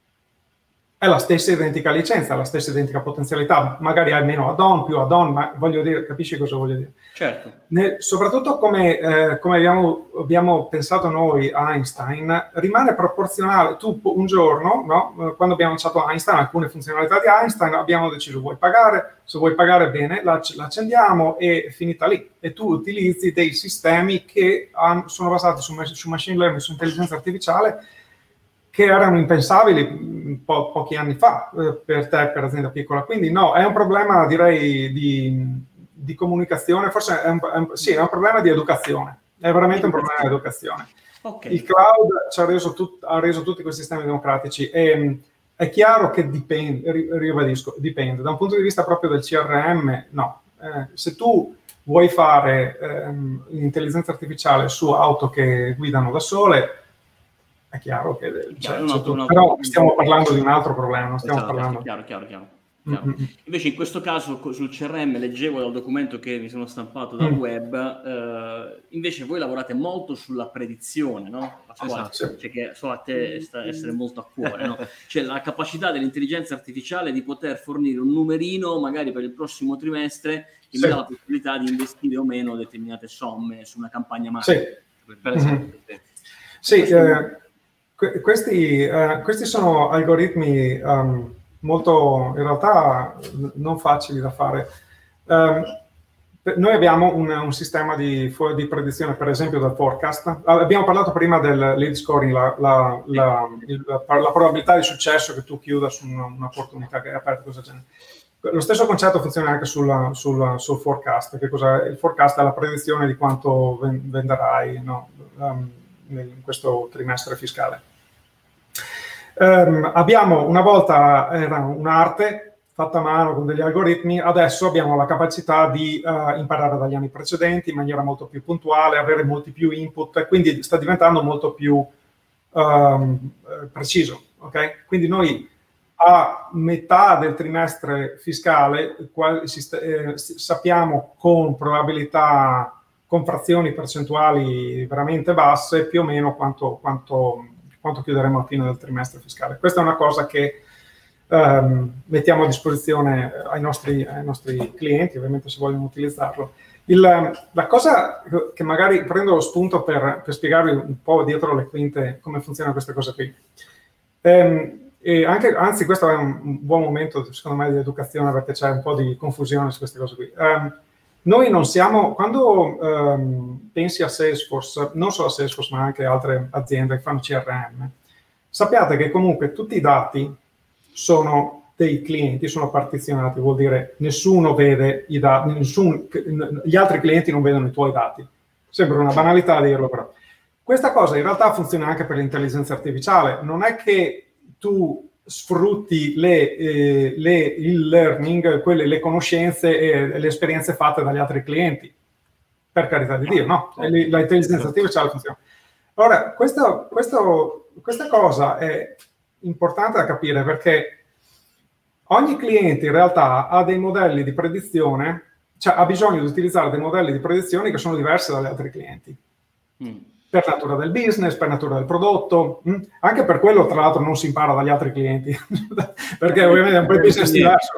È la stessa identica licenza, la stessa identica potenzialità, magari hai meno add-on, più add-on, ma voglio dire, capisci cosa voglio dire? Certo. Ne, soprattutto come, eh, come abbiamo, abbiamo pensato noi a Einstein, rimane proporzionale. Tu un giorno, no, quando abbiamo lanciato Einstein, alcune funzionalità di Einstein, abbiamo deciso vuoi pagare, se vuoi pagare bene, la, l'accendiamo e è finita lì. E tu utilizzi dei sistemi che han, sono basati su, su machine learning, su intelligenza artificiale, che erano impensabili po- pochi anni fa eh, per te, per azienda piccola. Quindi no, è un problema direi di, di comunicazione, forse è un, è un, sì, è un problema di educazione, è veramente un problema di educazione. Okay. Il cloud ci ha reso, tut, ha reso tutti questi sistemi democratici e è chiaro che dipende, ribadisco, dipende. Da un punto di vista proprio del C R M, no. Eh, se tu vuoi fare ehm, intelligenza artificiale su auto che guidano da sole, è chiaro che c'è, c'è tutto, no, però stiamo parlando di un altro problema, non stiamo esatto, parlando... Chiaro, chiaro, chiaro. Mm-hmm. Invece in questo caso sul C R M leggevo dal documento che mi sono stampato dal mm. web, eh, invece voi lavorate molto sulla predizione, no? Esatto. Cioè che so a te sta, essere molto a cuore, no? Cioè la capacità dell'intelligenza artificiale di poter fornire un numerino magari per il prossimo trimestre che sì. mi dà la possibilità di investire o meno determinate somme su una campagna marketing. Sì, per esempio. Mm-hmm. Sì, eh, que- questi, eh, questi sono algoritmi um, molto, in realtà, non facili da fare. Um, noi abbiamo un, un sistema di, di predizione, per esempio, del forecast. Abbiamo parlato prima del lead scoring, la, la, la, il, la probabilità di successo che tu chiuda su una, un'opportunità che è aperta, cosa genere. Lo stesso concetto funziona anche sulla, sulla, sul forecast. Che cos'è? Il forecast è la predizione di quanto venderai, no, um, in questo trimestre fiscale. Um, abbiamo, una volta era un'arte fatta a mano con degli algoritmi, adesso abbiamo la capacità di uh, imparare dagli anni precedenti in maniera molto più puntuale, avere molti più input, e quindi sta diventando molto più um, preciso. Okay? Quindi noi a metà del trimestre fiscale qual, si, eh, sappiamo con probabilità, con frazioni percentuali veramente basse, più o meno quanto... quanto quanto chiuderemo alla fine del trimestre fiscale. Questa è una cosa che um, mettiamo a disposizione ai nostri, ai nostri clienti, ovviamente se vogliono utilizzarlo. Il, la cosa che magari prendo lo spunto per, per spiegarvi un po' dietro le quinte come funzionano queste cose qui. Um, e anche, anzi, questo è un buon momento, secondo me, di educazione, perché c'è un po' di confusione su queste cose qui. Um, Noi non siamo, quando um, pensi a Salesforce, non solo a Salesforce ma anche altre aziende che fanno C R M, sappiate che comunque tutti i dati sono dei clienti, sono partizionati, vuol dire nessuno vede i dati, nessun, gli altri clienti non vedono i tuoi dati. Sembra una banalità dirlo, però. Questa cosa in realtà funziona anche per l'intelligenza artificiale, non è che tu sfrutti le, eh, le, il learning, quelle, le conoscenze e le esperienze fatte dagli altri clienti. Per carità di Dio, no? L'intelligenza artificiale funziona. Ora, questo, questo, questa cosa è importante da capire perché ogni cliente in realtà ha dei modelli di predizione, cioè ha bisogno di utilizzare dei modelli di predizione che sono diversi dagli altri clienti. Mm. Per natura del business, per natura del prodotto, mh? Anche per quello tra l'altro non si impara dagli altri clienti, perché ovviamente è un po' il business diverso,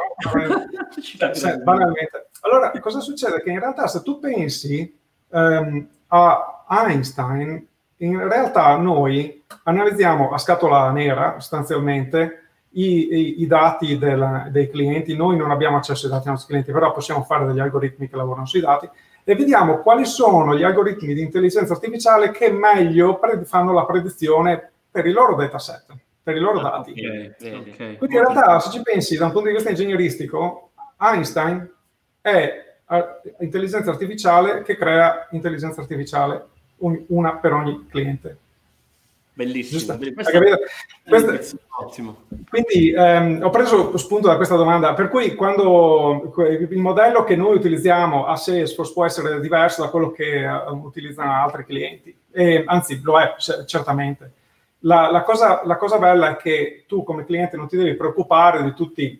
no? Cioè, banalmente. Allora, cosa succede? Che in realtà se tu pensi um, a Einstein, in realtà noi analizziamo a scatola nera sostanzialmente i, i, i dati del, dei clienti, noi non abbiamo accesso ai dati dei nostri clienti, però possiamo fare degli algoritmi che lavorano sui dati, e vediamo quali sono gli algoritmi di intelligenza artificiale che meglio fanno la predizione per i loro dataset, per i loro dati. Okay, okay. Quindi in realtà, se ci pensi da un punto di vista ingegneristico, Einstein è intelligenza artificiale che crea intelligenza artificiale, una per ogni cliente. Bellissimo. Questo, questo, ottimo. Quindi ehm, ho preso spunto da questa domanda, per cui quando il modello che noi utilizziamo a Salesforce può essere diverso da quello che uh, utilizzano altri clienti, e, anzi lo è c- certamente. La, la, cosa, la cosa bella è che tu come cliente non ti devi preoccupare di tutti,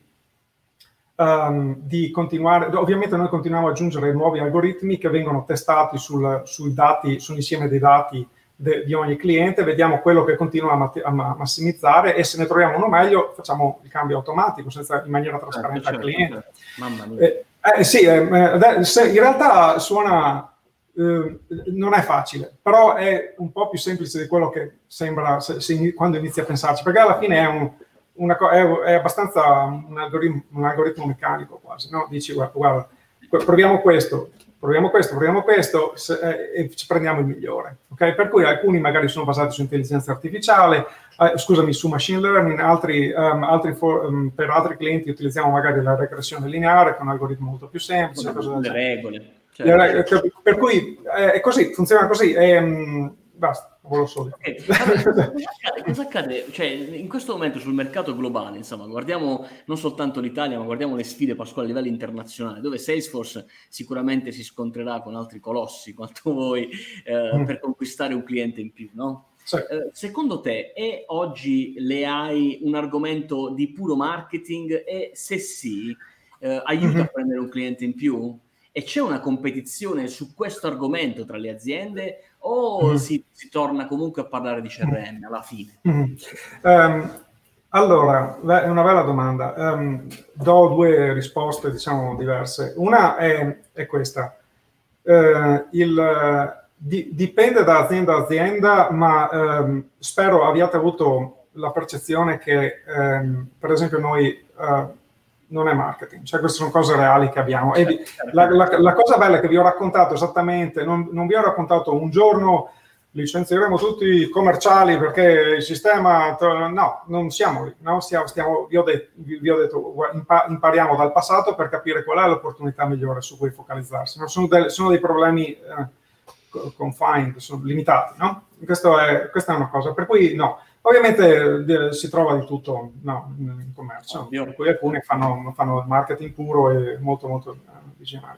um, di continuare, ovviamente noi continuiamo ad aggiungere nuovi algoritmi che vengono testati sul, sui dati, sull'insieme dei dati di ogni cliente, vediamo quello che continua a, mat- a massimizzare e se ne troviamo uno meglio facciamo il cambio automatico senza, in maniera trasparente certo, al cliente. Certo. Mamma mia. Eh, eh, sì, eh, se, in realtà suona, eh, non è facile, però è un po' più semplice di quello che sembra se, se, quando inizi a pensarci, perché alla fine è, un, una, è, è abbastanza un algoritmo, un algoritmo meccanico quasi, no? Dici guarda, guarda, proviamo questo, proviamo questo, proviamo questo se, eh, e ci prendiamo il migliore. Okay? Per cui alcuni magari sono basati su intelligenza artificiale, eh, scusami, su machine learning, altri, um, altri for, um, per altri clienti utilizziamo magari la regressione lineare, che è un algoritmo molto più semplice. Cosa le regole. Certo. Le regole. Per cui eh, è così, funziona così. E, um, basta. Lo so. Okay. Vabbè, cosa accade? Cioè, in questo momento sul mercato globale, insomma, guardiamo non soltanto l'Italia, ma guardiamo le sfide, Pasquale, a livello internazionale, dove Salesforce sicuramente si scontrerà con altri colossi, quanto voi, eh, mm. per conquistare un cliente in più, no? Sì. Eh, secondo te è oggi l'A I un argomento di puro marketing e se sì, eh, aiuta mm-hmm. a prendere un cliente in più? E c'è una competizione su questo argomento tra le aziende o mm. si, si torna comunque a parlare di C R M alla fine? Mm. Um, allora, è una bella domanda. Um, do due risposte, diciamo, diverse. Una è, è questa. Uh, il, di, dipende da azienda a azienda, ma um, spero abbiate avuto la percezione che, um, per esempio, noi... Uh, non è marketing, cioè queste sono cose reali che abbiamo. E la, la, la cosa bella è che vi ho raccontato esattamente, non, non vi ho raccontato un giorno licenzieremo tutti i commerciali perché il sistema, no, non siamo lì, no? Stiamo, stiamo, vi, ho detto, vi ho detto impariamo dal passato per capire qual è l'opportunità migliore su cui focalizzarsi. No? Sono, del, sono dei problemi eh, confined, sono limitati, no? Questo è, questa è una cosa, per cui no. Ovviamente eh, si trova di tutto no, in commercio, per cui alcuni fanno, fanno marketing puro e molto molto eh, visionario.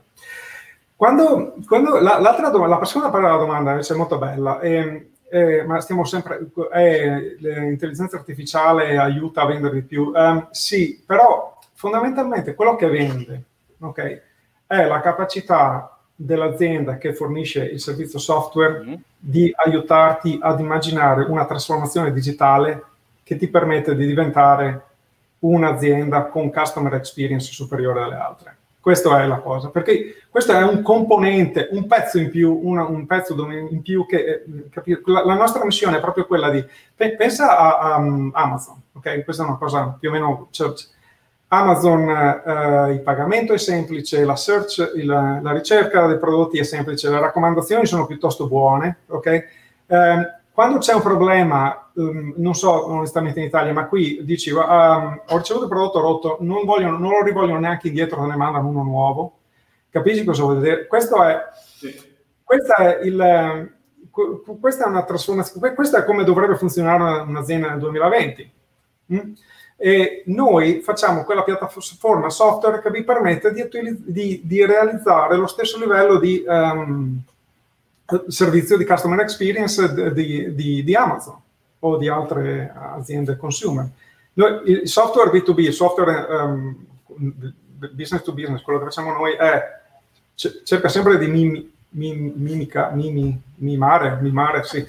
Quando, quando la, l'altra domanda, la seconda parte della domanda invece è molto bella, è, è, ma stiamo sempre, è, l'intelligenza artificiale aiuta a vendere di più? Um, sì, però fondamentalmente quello che vende, okay, è la capacità dell'azienda che fornisce il servizio software mm. di aiutarti ad immaginare una trasformazione digitale che ti permette di diventare un'azienda con customer experience superiore alle altre. Questa è la cosa, perché questo è un componente, un pezzo in più, una, un pezzo in più che capire, la, la nostra missione è proprio quella di pensa a, a um, Amazon, ok? Questa è una cosa più o meno cioè, Amazon, eh, il pagamento è semplice, la search, il, la ricerca dei prodotti è semplice, le raccomandazioni sono piuttosto buone, ok? Eh, quando c'è un problema, um, non so onestamente in Italia, ma qui dici, um, ho ricevuto il prodotto rotto, non, vogliono, non lo rivogliono neanche indietro, te ne mandano uno nuovo. Capisci cosa vuol dire? Questo è, sì. Questa è il, questa è una trasformazione, questa è come dovrebbe funzionare un'azienda nel duemilaventi. Mm? E noi facciamo quella piattaforma software che vi permette di, di, di realizzare lo stesso livello di um, servizio di customer experience di, di, di Amazon o di altre aziende consumer. Noi, il software B due B, il software um, business to business, quello che facciamo noi è cerca sempre di mim, mim, mimica, mimi, mimare, mimare, sì.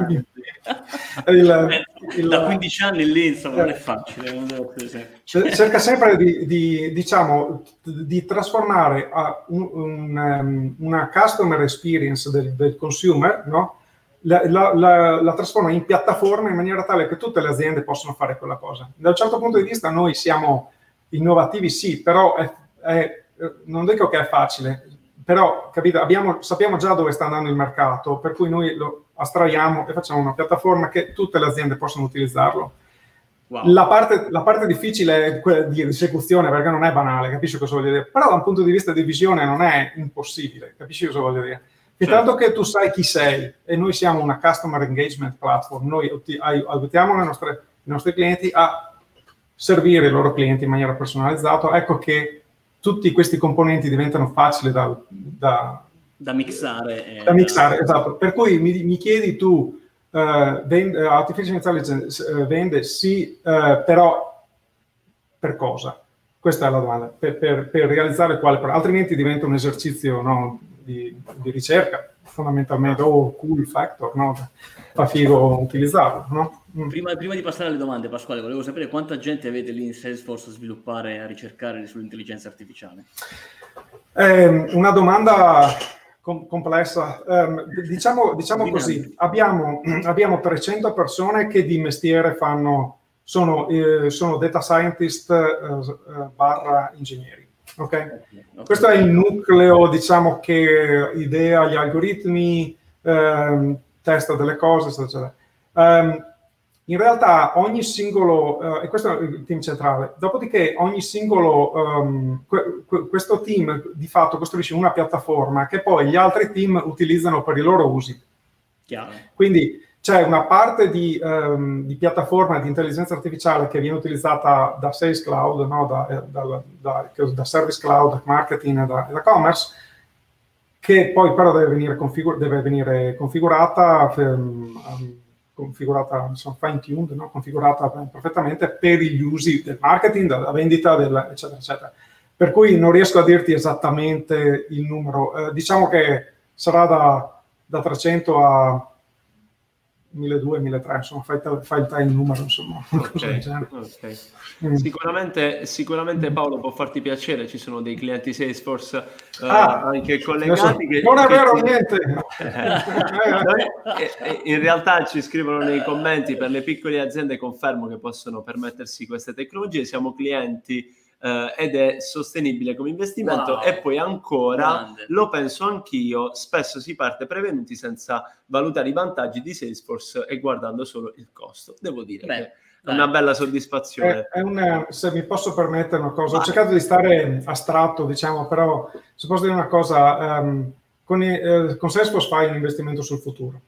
il, il, da quindici anni lì insomma non è facile, cerca sempre di, di diciamo di trasformare un, un, una customer experience del, del consumer, no? la, la, la, la trasforma in piattaforma in maniera tale che tutte le aziende possono fare quella cosa. Da un certo punto di vista noi siamo innovativi, sì, però è, è, non dico che è facile, però capito, abbiamo, sappiamo già dove sta andando il mercato, per cui noi lo astraiamo e facciamo una piattaforma che tutte le aziende possono utilizzarlo. Wow. La, parte, la parte difficile è quella di esecuzione, perché non è banale, capisci cosa voglio dire? Però da un punto di vista di visione non è impossibile, capisci cosa voglio dire? Intanto certo. Che tu sai chi sei, e noi siamo una customer engagement platform, noi aiutiamo le nostre, i nostri clienti a servire i loro clienti in maniera personalizzata, ecco che tutti questi componenti diventano facili da, da, da mixare. Da mixare, da... esatto. Per cui mi, mi chiedi tu, uh, vende, uh, Artificial Intelligence uh, vende? Sì, uh, però per cosa? Questa è la domanda. Per, per, per realizzare quale? Altrimenti diventa un esercizio no, di, di ricerca, fondamentalmente, o oh, cool factor, no? Fa figo utilizzarlo, no? Mm. Prima, prima di passare alle domande, Pasquale, volevo sapere quanta gente avete lì in Salesforce a sviluppare, a ricercare sull'intelligenza artificiale? Eh, una domanda com- complessa. Eh, diciamo diciamo così, abbiamo, abbiamo trecento persone che di mestiere fanno, sono, eh, sono data scientist eh, barra ingegneri. Okay? Okay. Questo è il nucleo, diciamo, che idea gli algoritmi, ehm, testa delle cose, eccetera. Um, in realtà ogni singolo, uh, e questo è il team centrale, dopodiché ogni singolo, um, que- que- questo team di fatto costruisce una piattaforma che poi gli altri team utilizzano per i loro usi. Chiaro. Quindi c'è una parte di, um, di piattaforma di intelligenza artificiale che viene utilizzata da Sales Cloud, no? da, da, da, da Service Cloud, Marketing e da, da Commerce, che poi però deve venire, configur- deve venire configurata, um, configurata, insomma, fine-tuned, no? configurata perfettamente per gli usi del marketing, della vendita, del, eccetera, eccetera. Per cui non riesco a dirti esattamente il numero. Eh, diciamo che sarà da, da trecento a milleduecento, milletrecento, insomma, fai, fai, fai il numero, insomma. Okay, okay. Mm. Sicuramente, sicuramente Paolo può farti piacere, ci sono dei clienti Salesforce eh, ah, anche collegati. Che, non è che vero ti... niente! In realtà ci scrivono nei commenti, per le piccole aziende confermo che possono permettersi queste tecnologie, siamo clienti Uh, ed è sostenibile come investimento. Wow. E poi ancora, grande, lo penso anch'io, spesso si parte prevenuti senza valutare i vantaggi di Salesforce e guardando solo il costo. Devo dire Beh, che è una bella soddisfazione. È, è una, se mi posso permettere una cosa, Vai. ho cercato di stare astratto, diciamo, però se posso dire una cosa, um, con, eh, con Salesforce fai un investimento sul futuro.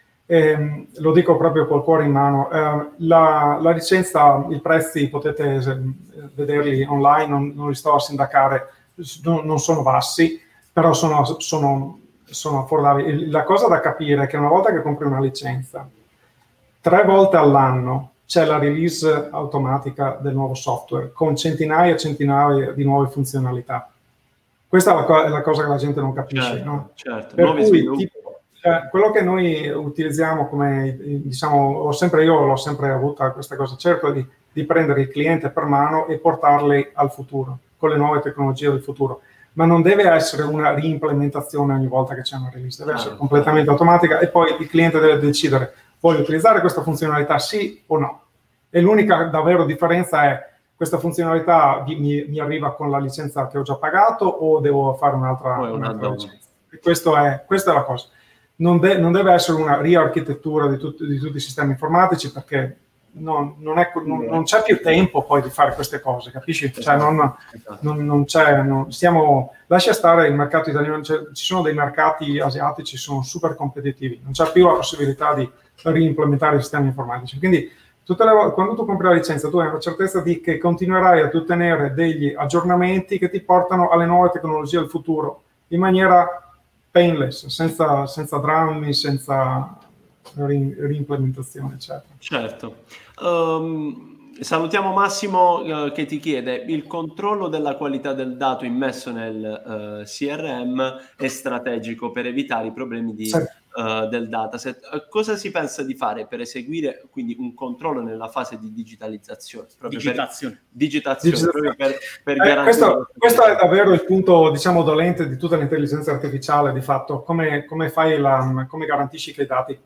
Eh, lo dico proprio col cuore in mano. Eh, la, la licenza, i prezzi potete vederli online, non, non li sto a sindacare, non, non sono bassi, però sono, sono, sono affordabili. La cosa da capire è che una volta che compri una licenza, tre volte all'anno c'è la release automatica del nuovo software con centinaia e centinaia di nuove funzionalità. Questa è la, co- è la cosa che la gente non capisce. Certo, no? certo. Per cui, tipo, Eh, quello che noi utilizziamo come, diciamo, ho sempre, io l'ho sempre avuta questa cosa, cerco di, di prendere il cliente per mano e portarli al futuro, con le nuove tecnologie del futuro, ma non deve essere una reimplementazione ogni volta che c'è una release, deve essere completamente automatica e poi il cliente deve decidere, voglio utilizzare questa funzionalità sì o no. E l'unica davvero differenza è, questa funzionalità mi, mi arriva con la licenza che ho già pagato o devo fare un'altra, un'altra licenza. E questo è, questa è la cosa. Non, de- non deve essere una riarchitettura di, tut- di tutti i sistemi informatici, perché non, non, è, non, non c'è più tempo poi di fare queste cose, capisci? Cioè non, non, non c'è, non, stiamo, lascia stare il mercato italiano, cioè, ci sono dei mercati asiatici, sono super competitivi, non c'è più la possibilità di reimplementare i sistemi informatici. Quindi tutte le, quando tu compri la licenza, tu hai la certezza di che continuerai ad ottenere degli aggiornamenti che ti portano alle nuove tecnologie del futuro in maniera painless, senza, senza drammi, senza reimplementazione, eccetera. Certo. Um, salutiamo Massimo uh, che ti chiede: il controllo della qualità del dato immesso nel uh, C R M è strategico per evitare i problemi di, sì. uh, del dataset. Uh, cosa si pensa di fare per eseguire quindi un controllo nella fase di digitalizzazione? Proprio digitazione. Per, digitazione, digitazione. Proprio per, per eh, questo, questo è davvero il punto, diciamo, dolente di tutta l'intelligenza artificiale, di fatto. Come, come fai la, come garantisci che i dati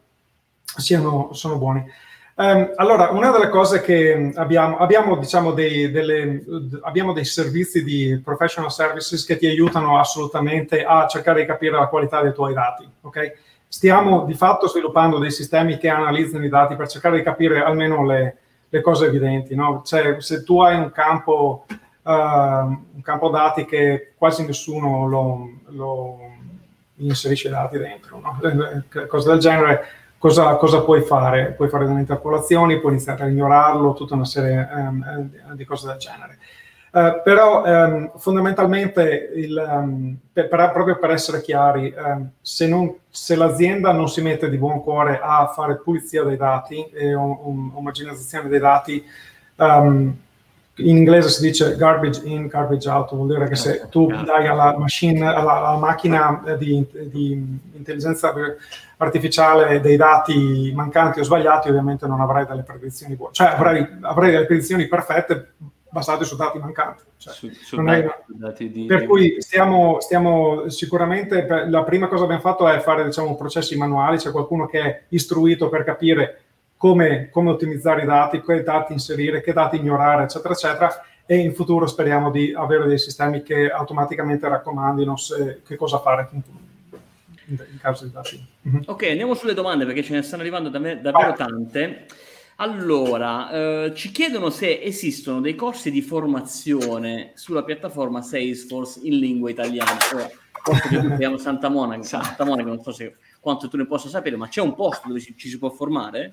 siano sono buoni? Um, allora, una delle cose che abbiamo, abbiamo, diciamo, dei, delle, abbiamo dei servizi di professional services che ti aiutano assolutamente a cercare di capire la qualità dei tuoi dati, ok? Stiamo di fatto sviluppando dei sistemi che analizzano i dati per cercare di capire almeno le, le cose evidenti, no? Cioè, se tu hai un campo, uh, un campo dati che quasi nessuno lo, lo inserisce dati dentro, no? Cose del genere. Cosa, cosa puoi fare? Puoi fare delle interpolazioni, puoi iniziare a ignorarlo, tutta una serie um, di cose del genere. Uh, però um, fondamentalmente, il, um, per, per, proprio per essere chiari, um, se, non, se l'azienda non si mette di buon cuore a fare pulizia dei dati e um, omogeneizzazione dei dati, um, in inglese si dice garbage in, garbage out, vuol dire che se tu dai alla machine, alla, alla macchina di, di intelligenza artificiale dei dati mancanti o sbagliati, ovviamente non avrai delle predizioni buone, cioè avrai, avrai delle predizioni perfette basate su dati mancanti. Cioè, su, su non dati, è, dati di, per di... cui stiamo, stiamo sicuramente, per, la prima cosa che abbiamo fatto è fare, diciamo, processi manuali, c'è qualcuno che è istruito per capire Come, come ottimizzare i dati, che dati inserire, che dati ignorare, eccetera, eccetera. e in futuro speriamo di avere dei sistemi che automaticamente raccomandino se, che cosa fare in, in caso di dati. Mm-hmm. Ok, andiamo sulle domande perché ce ne stanno arrivando dav- davvero tante. Allora, eh, ci chiedono se esistono dei corsi di formazione sulla piattaforma Salesforce in lingua italiana. Ora, posto che qui siamo Santa Monica, Santa Monica, non so se quanto tu ne possa sapere, ma c'è un posto dove ci, ci si può formare?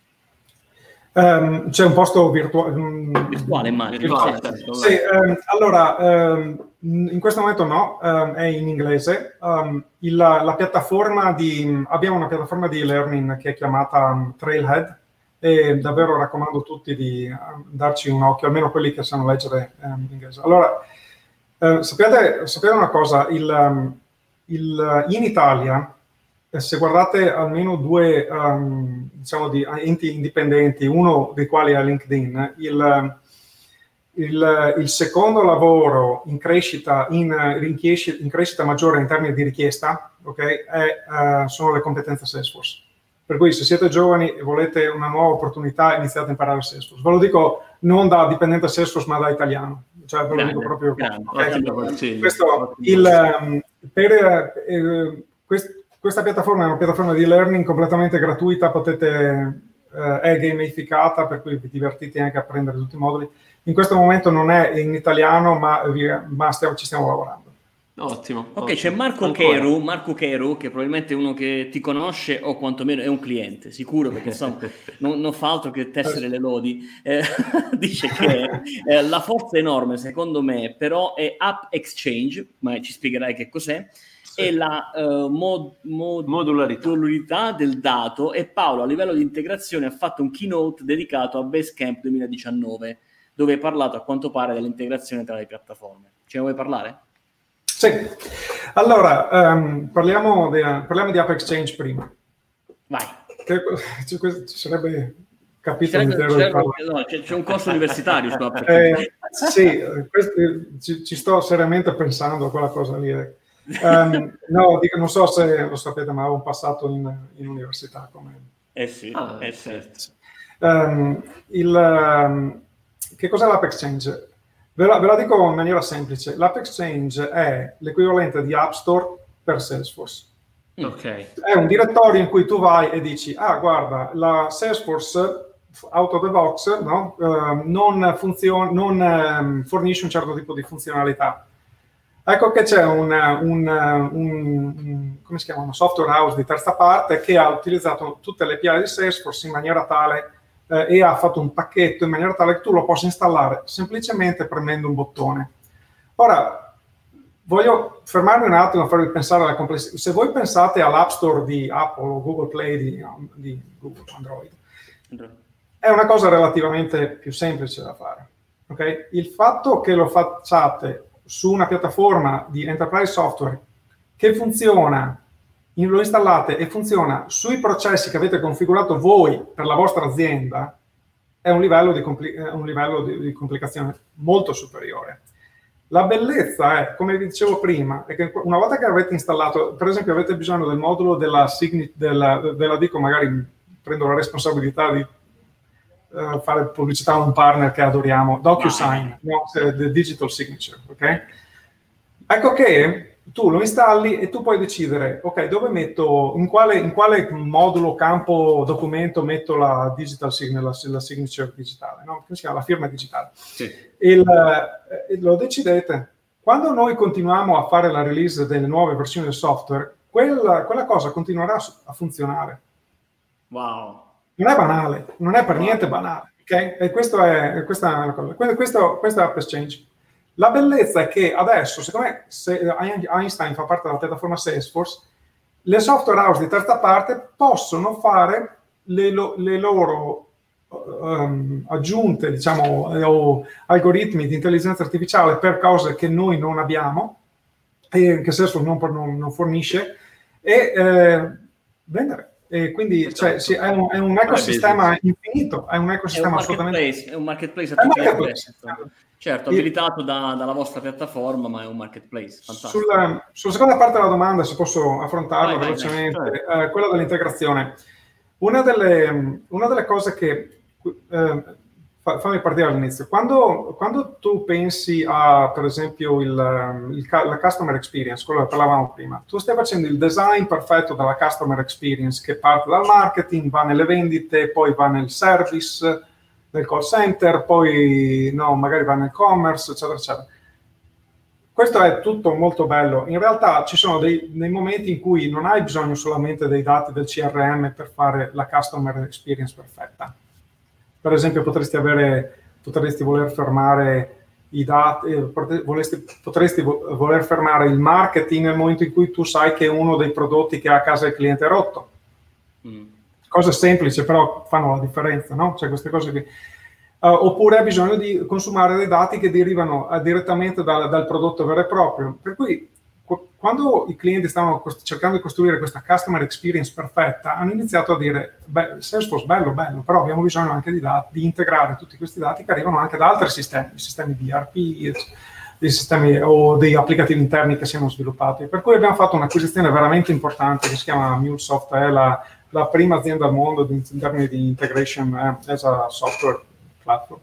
Um, c'è un posto virtuale. Virtuale, immagino. Virtuale, certo. Sì, um, allora, um, in questo momento no, um, è in inglese. Um, il, la piattaforma di, abbiamo una piattaforma di e-learning che è chiamata um, Trailhead, e davvero raccomando a tutti di um, darci un occhio, almeno quelli che sanno leggere um, inglese. Allora, uh, sapete, sapete una cosa, il, um, il, in Italia, se guardate almeno due um, diciamo di enti indipendenti, uno dei quali è LinkedIn, il, il, il secondo lavoro in crescita, in, in crescita maggiore in termini di richiesta, okay, è, uh, sono le competenze Salesforce. Per cui se siete giovani e volete una nuova opportunità, iniziate a imparare Salesforce. Ve lo dico non da dipendente Salesforce, ma da italiano. Cioè, ve lo dico proprio. Grande, okay. Questo, il, um, per eh, questo, questa piattaforma è una piattaforma di learning completamente gratuita, potete, eh, è gamificata, per cui vi divertite anche a prendere tutti i moduli. In questo momento non è in italiano, ma, ma stiamo, ci stiamo lavorando. Ottimo. Ok, ottimo. c'è Marco Cheru, Marco Cheru, che probabilmente è uno che ti conosce o quantomeno è un cliente, sicuro, perché insomma non, non fa altro che tessere le lodi. Eh, dice che eh, la forza è enorme, secondo me, però è App Exchange, ma ci spiegherai che cos'è, sì. E la uh, mod, mod, modularità. modularità del dato, e Paolo a livello di integrazione ha fatto un keynote dedicato a Basecamp duemiladiciannove, dove hai parlato a quanto pare dell'integrazione tra le piattaforme. Ce ne vuoi parlare? Sì, allora um, parliamo, di, parliamo di App Exchange prima. Vai. Che, ci, ci sarebbe capito intero. No, c'è, c'è un corso universitario su App Exchange. Eh, sì, questo, ci, ci sto seriamente pensando a quella cosa lì. Um, no, dico, non so se lo sapete, ma avevo un passato in, in università. Come... Eh sì, ah, eh certo. Sì. Um, il, um, che cos'è l'App Exchange? Ve la, ve la dico in maniera semplice. L'App Exchange è l'equivalente di App Store per Salesforce. Okay. È un direttorio in cui tu vai e dici, ah guarda, la Salesforce out of the box, no? uh, non, funzion- non um, fornisce un certo tipo di funzionalità. Ecco che c'è un, un, un, un, come si chiama, una software house di terza parte che ha utilizzato tutte le A P I di Salesforce in maniera tale eh, e ha fatto un pacchetto in maniera tale che tu lo possa installare semplicemente premendo un bottone. Ora, voglio fermarmi un attimo a farvi pensare alla complessità. Se voi pensate all'App Store di Apple o Google Play di, di Google Android, è una cosa relativamente più semplice da fare. Okay? Il fatto che lo facciate su una piattaforma di enterprise software che funziona, lo installate e funziona sui processi che avete configurato voi per la vostra azienda, è un livello di, compli- un livello di, di complicazione molto superiore. La bellezza è, come vi dicevo prima, è che una volta che avete installato, per esempio avete bisogno del modulo della Signi, della, della dico, magari prendo la responsabilità di uh, fare pubblicità a un partner che adoriamo, DocuSign, no? The Digital Signature, ok? Ecco che tu lo installi e tu puoi decidere, ok, dove metto, in quale, in quale modulo, campo, documento metto la digital signature, la, la signature digitale, no? Come si chiama? La firma digitale. Sì. Il, eh, lo decidete. Quando noi continuiamo a fare la release delle nuove versioni del software, quella, quella cosa continuerà a funzionare. Wow. Non è banale, non è per wow. niente banale, ok? E questo è, questa è una cosa. Questo, questo è App Exchange. La bellezza è che adesso, siccome Einstein fa parte della piattaforma Salesforce, le software house di terza parte possono fare le, lo, le loro um, aggiunte, diciamo, o algoritmi di intelligenza artificiale per cose che noi non abbiamo, e che Salesforce non, non, non fornisce, e eh, vendere. E quindi esatto. cioè, sì, è, un, è un ecosistema infinito, è un ecosistema è un assolutamente... È un marketplace a tutti gli effetti. Certo, abilitato da, dalla vostra piattaforma, ma è un marketplace. Fantastico. Sulla, sulla seconda parte della domanda, se posso affrontarla vai, velocemente, vai, vai. Eh, quella dell'integrazione. Una delle, una delle cose che eh, fammi partire dall'inizio. Quando, quando tu pensi a, per esempio, il, il, la customer experience, quello che parlavamo prima, tu stai facendo il design perfetto della customer experience che parte dal marketing, va nelle vendite, poi va nel service, nel call center, poi no, magari va nel commerce, eccetera, eccetera. Questo è tutto molto bello. In realtà ci sono dei, dei momenti in cui non hai bisogno solamente dei dati del C R M per fare la customer experience perfetta. Per esempio potresti avere, potresti voler fermare i dati, eh, potresti, potresti voler fermare il marketing nel momento in cui tu sai che uno dei prodotti che ha a casa il cliente è rotto. Mm. Cose semplici, però fanno la differenza, no? Cioè queste cose qui. Uh, oppure ha bisogno di consumare dei dati che derivano uh, direttamente dal, dal prodotto vero e proprio. Per cui qu- quando i clienti stavano cost- cercando di costruire questa customer experience perfetta, hanno iniziato a dire, beh, Salesforce bello, bello, però abbiamo bisogno anche di, dati, di integrare tutti questi dati che arrivano anche da altri sistemi, sistemi di E R P, dei sistemi o dei applicativi interni che siano sviluppati. Per cui abbiamo fatto un'acquisizione veramente importante che si chiama MuleSoft, è la, la prima azienda al mondo in, in termini di integration eh, as a software platform.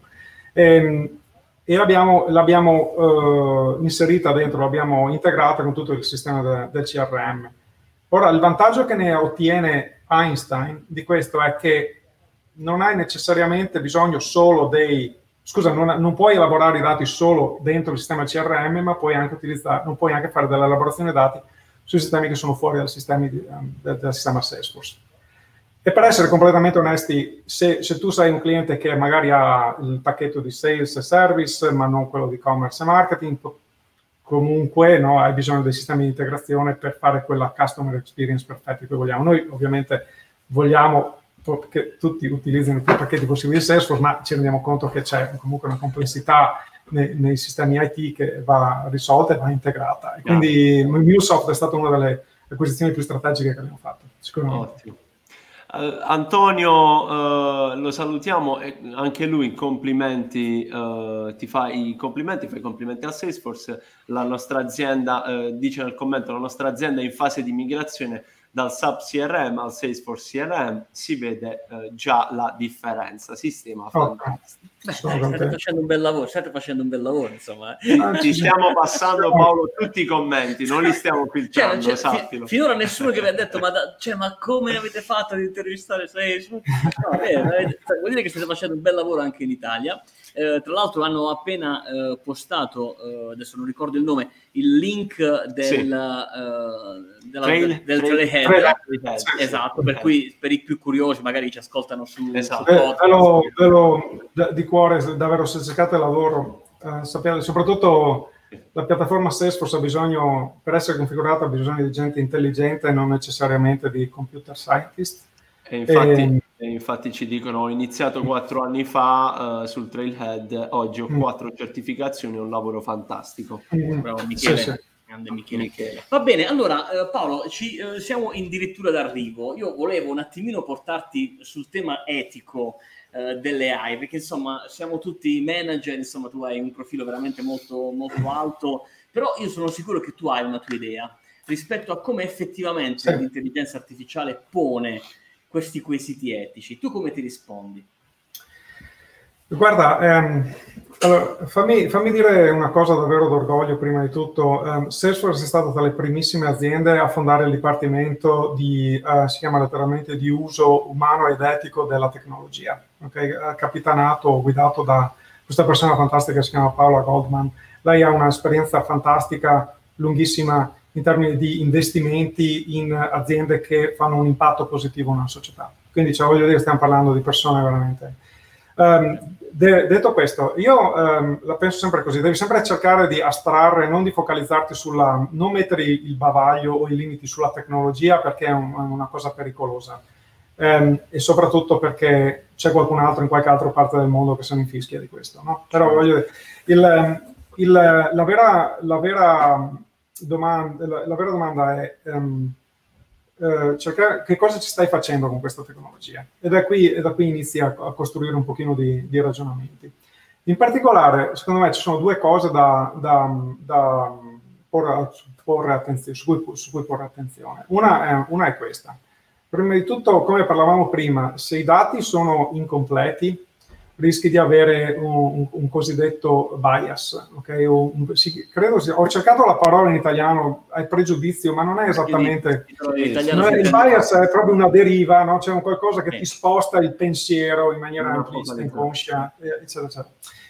E, e l'abbiamo, l'abbiamo uh, inserita dentro, l'abbiamo integrata con tutto il sistema de, del C R M. Ora, il vantaggio che ne ottiene Einstein di questo è che non hai necessariamente bisogno solo dei, scusa, non, non puoi elaborare i dati solo dentro il sistema C R M, ma puoi anche utilizzare, non puoi anche fare dell'elaborazione dati sui sistemi che sono fuori dal sistema, di, um, del, del sistema Salesforce. E per essere completamente onesti, se, se tu sei un cliente che magari ha il pacchetto di sales e service, ma non quello di commerce e marketing, comunque no, hai bisogno dei sistemi di integrazione per fare quella customer experience perfetta che vogliamo. Noi ovviamente vogliamo che tutti utilizzino più pacchetti possibili di Salesforce, ma ci rendiamo conto che c'è comunque una complessità nei, nei sistemi I T che va risolta e va integrata. E quindi MuleSoft è stata una delle acquisizioni più strategiche che abbiamo fatto, sicuramente. Ottimo. Uh, Antonio, uh, lo salutiamo, e anche lui complimenti, uh, ti fa i complimenti, fa i complimenti a Salesforce. La nostra azienda, uh, dice nel commento, la nostra azienda è in fase di migrazione dal S A P C R M al Salesforce C R M, si vede uh, già la differenza, sistema fantastico. Beh, state facendo un bel lavoro, state facendo un bel lavoro, insomma. Ci stiamo passando, Paolo, tutti i commenti, non li stiamo filtrando, cioè, sappilo. Fi- finora nessuno che vi ha detto, ma, da, cioè, ma come avete fatto ad intervistare Salesforce? No, eh, vuol dire che state facendo un bel lavoro anche in Italia. Eh, tra l'altro hanno appena eh, postato, eh, adesso non ricordo il nome, il link del, sì. uh, della, trail, del Trailhead, trail, trail, esatto, per cui per i più curiosi magari ci ascoltano su, esatto. su podcast. Ve lo, ve lo, di cuore, davvero, se cercate lavoro, eh, sappiate, soprattutto la piattaforma Salesforce ha bisogno, per essere configurata, ha bisogno di gente intelligente e non necessariamente di computer scientist. E infatti, e, e infatti ci dicono, ho iniziato quattro anni fa uh, sul Trailhead, oggi ho mm. quattro certificazioni e un lavoro fantastico. Mm. Bravo Michele. Sì, sì. Grande Michele. Michele. Va bene, allora eh, Paolo, ci, eh, siamo addirittura d'arrivo. Io volevo un attimino portarti sul tema etico eh, delle A I, perché insomma siamo tutti manager, insomma tu hai un profilo veramente molto, molto alto, però io sono sicuro che tu hai una tua idea rispetto a come effettivamente sì. l'intelligenza artificiale pone questi quesiti etici. Tu come ti rispondi? Guarda, ehm, allora, fammi, fammi dire una cosa davvero d'orgoglio prima di tutto. Um, Salesforce è stata tra le primissime aziende a fondare il dipartimento di, uh, si chiama letteralmente, di uso umano ed etico della tecnologia. Okay? Capitanato, guidato da questa persona fantastica che si chiama Paola Goldman. Lei ha un'esperienza fantastica, lunghissima, in termini di investimenti in aziende che fanno un impatto positivo nella società. Quindi, cioè, voglio dire, stiamo parlando di persone veramente... Um, de- detto questo, io um, la penso sempre così, devi sempre cercare di astrarre, non di focalizzarti sulla... non mettere il bavaglio o i limiti sulla tecnologia, perché è, un, è una cosa pericolosa. Um, e soprattutto perché c'è qualcun altro in qualche altra parte del mondo che se ne infischia di questo, no? Però voglio dire, il, il, la vera... La vera Domanda, la, la vera domanda è um, uh, cercare che cosa ci stai facendo con questa tecnologia, e da qui, e da qui inizi a, a costruire un pochino di, di ragionamenti. In particolare, secondo me ci sono due cose da, da, da porre, porre attenzione, su, cui, su cui porre attenzione. Una è, una è questa. Prima di tutto, come parlavamo prima, se i dati sono incompleti, rischi di avere un, un, un cosiddetto bias, ok? O un, sì, credo sia, ho cercato la parola in italiano, è pregiudizio, ma non è esattamente... Non è, il bias è proprio una deriva, no? C'è un qualcosa che ti sposta il pensiero in maniera amplista, inconscia, eccetera, eccetera.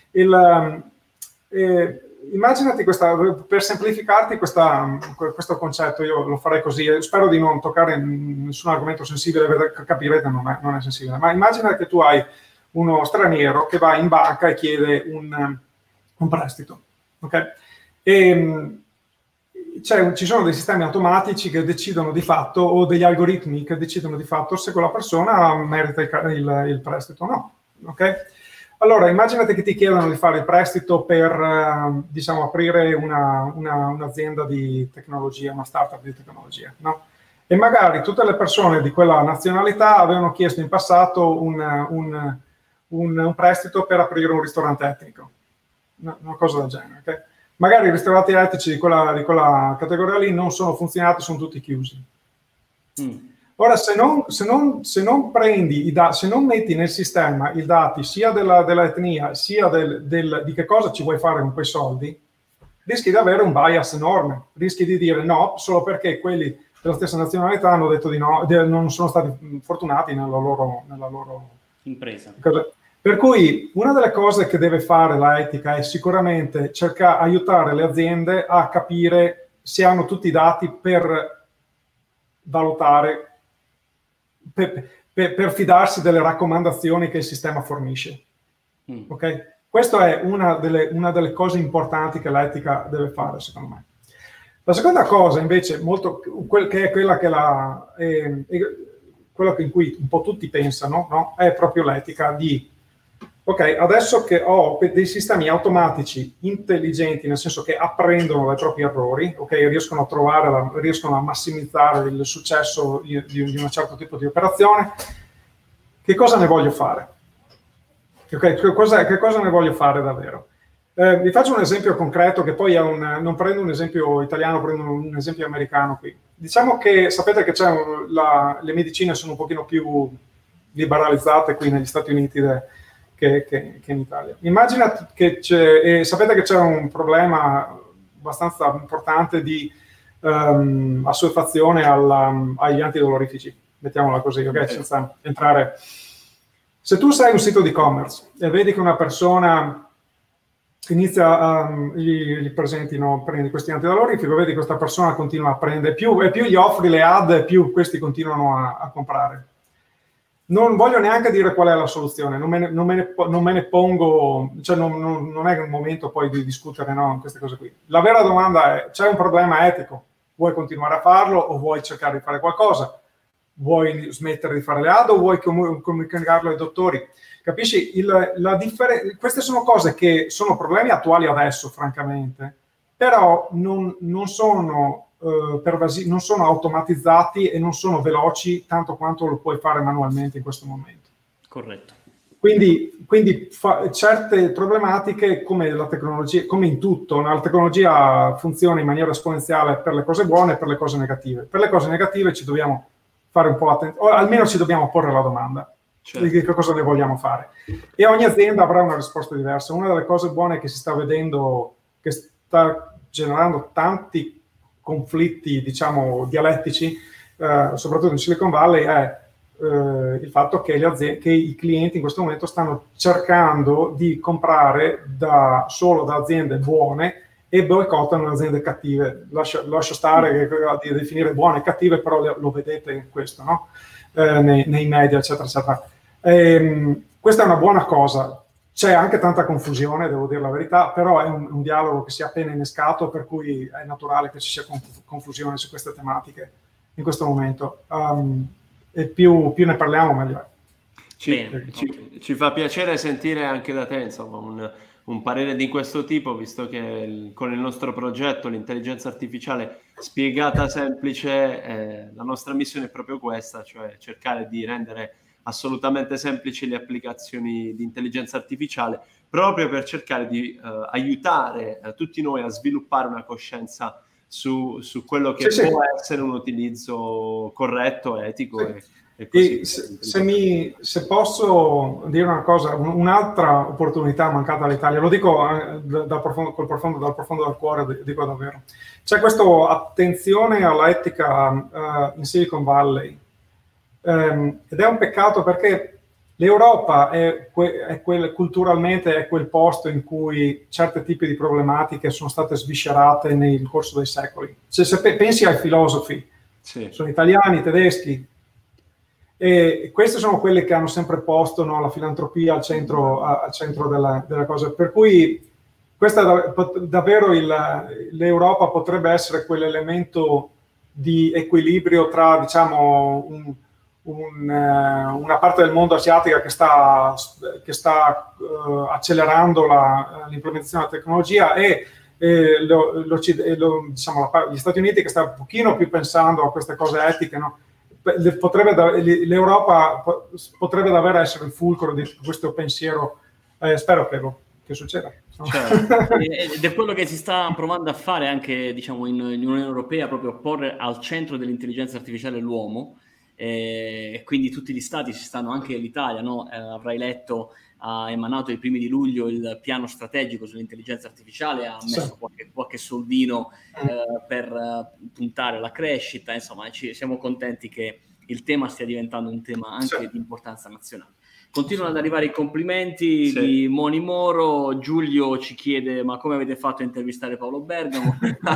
Il, eh, immaginati questa, per semplificarti questa, questo concetto, io lo farei così, spero di non toccare nessun argomento sensibile, capirete, non è, non è sensibile, ma immagina che tu hai uno straniero che va in banca e chiede un, un prestito, ok? E c'è, ci sono dei sistemi automatici che decidono di fatto, o degli algoritmi che decidono di fatto se quella persona merita il, il, il prestito o no, ok? Allora, immaginate che ti chiedano di fare il prestito per, diciamo, aprire una, una, un'azienda di tecnologia, una startup di tecnologia, no? E magari tutte le persone di quella nazionalità avevano chiesto in passato un, un Un, un prestito per aprire un ristorante etnico, una, una cosa del genere, okay? Magari i ristoranti etnici di quella, di quella categoria lì non sono funzionati, sono tutti chiusi. Mm. Ora, se non, se, non, se non prendi i dati, se non metti nel sistema i dati sia della, dell'etnia, sia del, del, di che cosa ci vuoi fare con quei soldi, rischi di avere un bias enorme, rischi di dire no, solo perché quelli della stessa nazionalità hanno detto di no, de, non sono stati fortunati nella loro, nella loro impresa. Cosa. Per cui una delle cose che deve fare la etica è sicuramente cercare aiutare le aziende a capire se hanno tutti i dati per valutare, per, per, per fidarsi delle raccomandazioni che il sistema fornisce. Mm. Okay? Questa è una delle, una delle cose importanti che l'etica deve fare, secondo me. La seconda cosa, invece, molto, quel, che è quella che la... È, è, quello in cui un po' tutti pensano, no? È proprio l'etica di ok, adesso che ho dei sistemi automatici intelligenti, nel senso che apprendono dai propri errori, ok, riescono a trovare, la, riescono a massimizzare il successo di, di, di un certo tipo di operazione, che cosa ne voglio fare? Okay, che, cosa, che cosa ne voglio fare davvero? Eh, vi faccio un esempio concreto che poi è un, non prendo un esempio italiano, prendo un esempio americano qui. Diciamo che sapete che c'è un, la, le medicine sono un pochino più liberalizzate qui negli Stati Uniti de, che, che, che in Italia. Immagina che c'è, e sapete che c'è un problema abbastanza importante di um, assuefazione alla, agli antidolorifici, mettiamola così, ok? Senza entrare. Se tu sei un sito di e-commerce e vedi che una persona inizia a um, gli, gli presentino, prendi questi antidolorifici, vedi che questa persona continua a prendere più e più gli offri le ad, più questi continuano a, a comprare. Non voglio neanche dire qual è la soluzione, non me ne, non me ne, non me ne pongo, cioè non, non, non è il momento poi di discutere, no, queste cose qui. La vera domanda è: c'è un problema etico? Vuoi continuare a farlo o vuoi cercare di fare qualcosa? Vuoi smettere di fare le ad o vuoi com- comunicarlo ai dottori? Capisci? Il, la differ- queste sono cose che sono problemi attuali adesso, francamente, però non, non sono Uh, pervasi- non sono automatizzati e non sono veloci tanto quanto lo puoi fare manualmente in questo momento. Corretto. Quindi, quindi fa- certe problematiche, come la tecnologia, come in tutto, no? La tecnologia funziona in maniera esponenziale per le cose buone e per le cose negative. Per le cose negative ci dobbiamo fare un po' attenzione, o almeno ci dobbiamo porre la domanda, certo, di che cosa ne vogliamo fare. E ogni azienda avrà una risposta diversa. Una delle cose buone che si sta vedendo, che sta generando tanti conflitti, diciamo, dialettici, eh, soprattutto in Silicon Valley, è eh, il fatto che, le aziende, che i clienti in questo momento stanno cercando di comprare da, solo da aziende buone e boicottano le aziende cattive. Lascio, lascio stare che, di definire buone e cattive, però lo, lo vedete in questo, no? eh, nei, nei media, eccetera, eccetera. E, questa è una buona cosa. C'è anche tanta confusione, devo dire la verità, però è un, un dialogo che si è appena innescato, per cui è naturale che ci sia conf- confusione su queste tematiche in questo momento. Um, e più, più ne parliamo, meglio è. Ci, ci, ci fa piacere sentire anche da te, insomma, un, un parere di questo tipo, visto che il, con il nostro progetto, l'intelligenza artificiale spiegata semplice, eh, la nostra missione è proprio questa, cioè cercare di rendere assolutamente semplici le applicazioni di intelligenza artificiale, proprio per cercare di uh, aiutare uh, tutti noi a sviluppare una coscienza su, su quello che sì, può sì. essere un utilizzo corretto, etico. Sì. E, E se, se, mi, se posso dire una cosa, un, un'altra opportunità mancata all'Italia, lo dico eh, da, da profondo, col profondo, dal profondo del cuore, dico davvero, c'è questa attenzione all'etica uh, in Silicon Valley, um, ed è un peccato perché l'Europa è, que, è quel, culturalmente è quel posto in cui certi tipi di problematiche sono state sviscerate nel corso dei secoli. Se, se pensi ai filosofi, sì. Sono italiani, tedeschi, e queste sono quelle che hanno sempre posto, no, la filantropia al centro, a, al centro della, della cosa. Per cui questa da, davvero il, l'Europa potrebbe essere quell'elemento di equilibrio tra, diciamo, un, un, una parte del mondo asiatica che sta, che sta uh, accelerando la, l'implementazione della tecnologia e, e, lo, lo, lo, diciamo, la, gli Stati Uniti che sta un pochino più pensando a queste cose etiche, no? Potrebbe, l'Europa potrebbe davvero essere il fulcro di questo pensiero, eh, spero che, lo, che succeda. Certo. Ed è quello che si sta provando a fare anche, diciamo, in, in Unione Europea, proprio porre al centro dell'intelligenza artificiale l'uomo, e eh, quindi tutti gli stati si stanno, anche l'Italia, no? eh, avrai letto, ha emanato i primi di luglio il piano strategico sull'intelligenza artificiale, ha messo sì. qualche, qualche soldino eh, per uh, puntare alla crescita, insomma ci, siamo contenti che il tema stia diventando un tema anche sì. di importanza nazionale. Continuano sì. ad arrivare i complimenti sì. di Moni Moro. Giulio ci chiede: ma come avete fatto a intervistare Paolo Bergamo?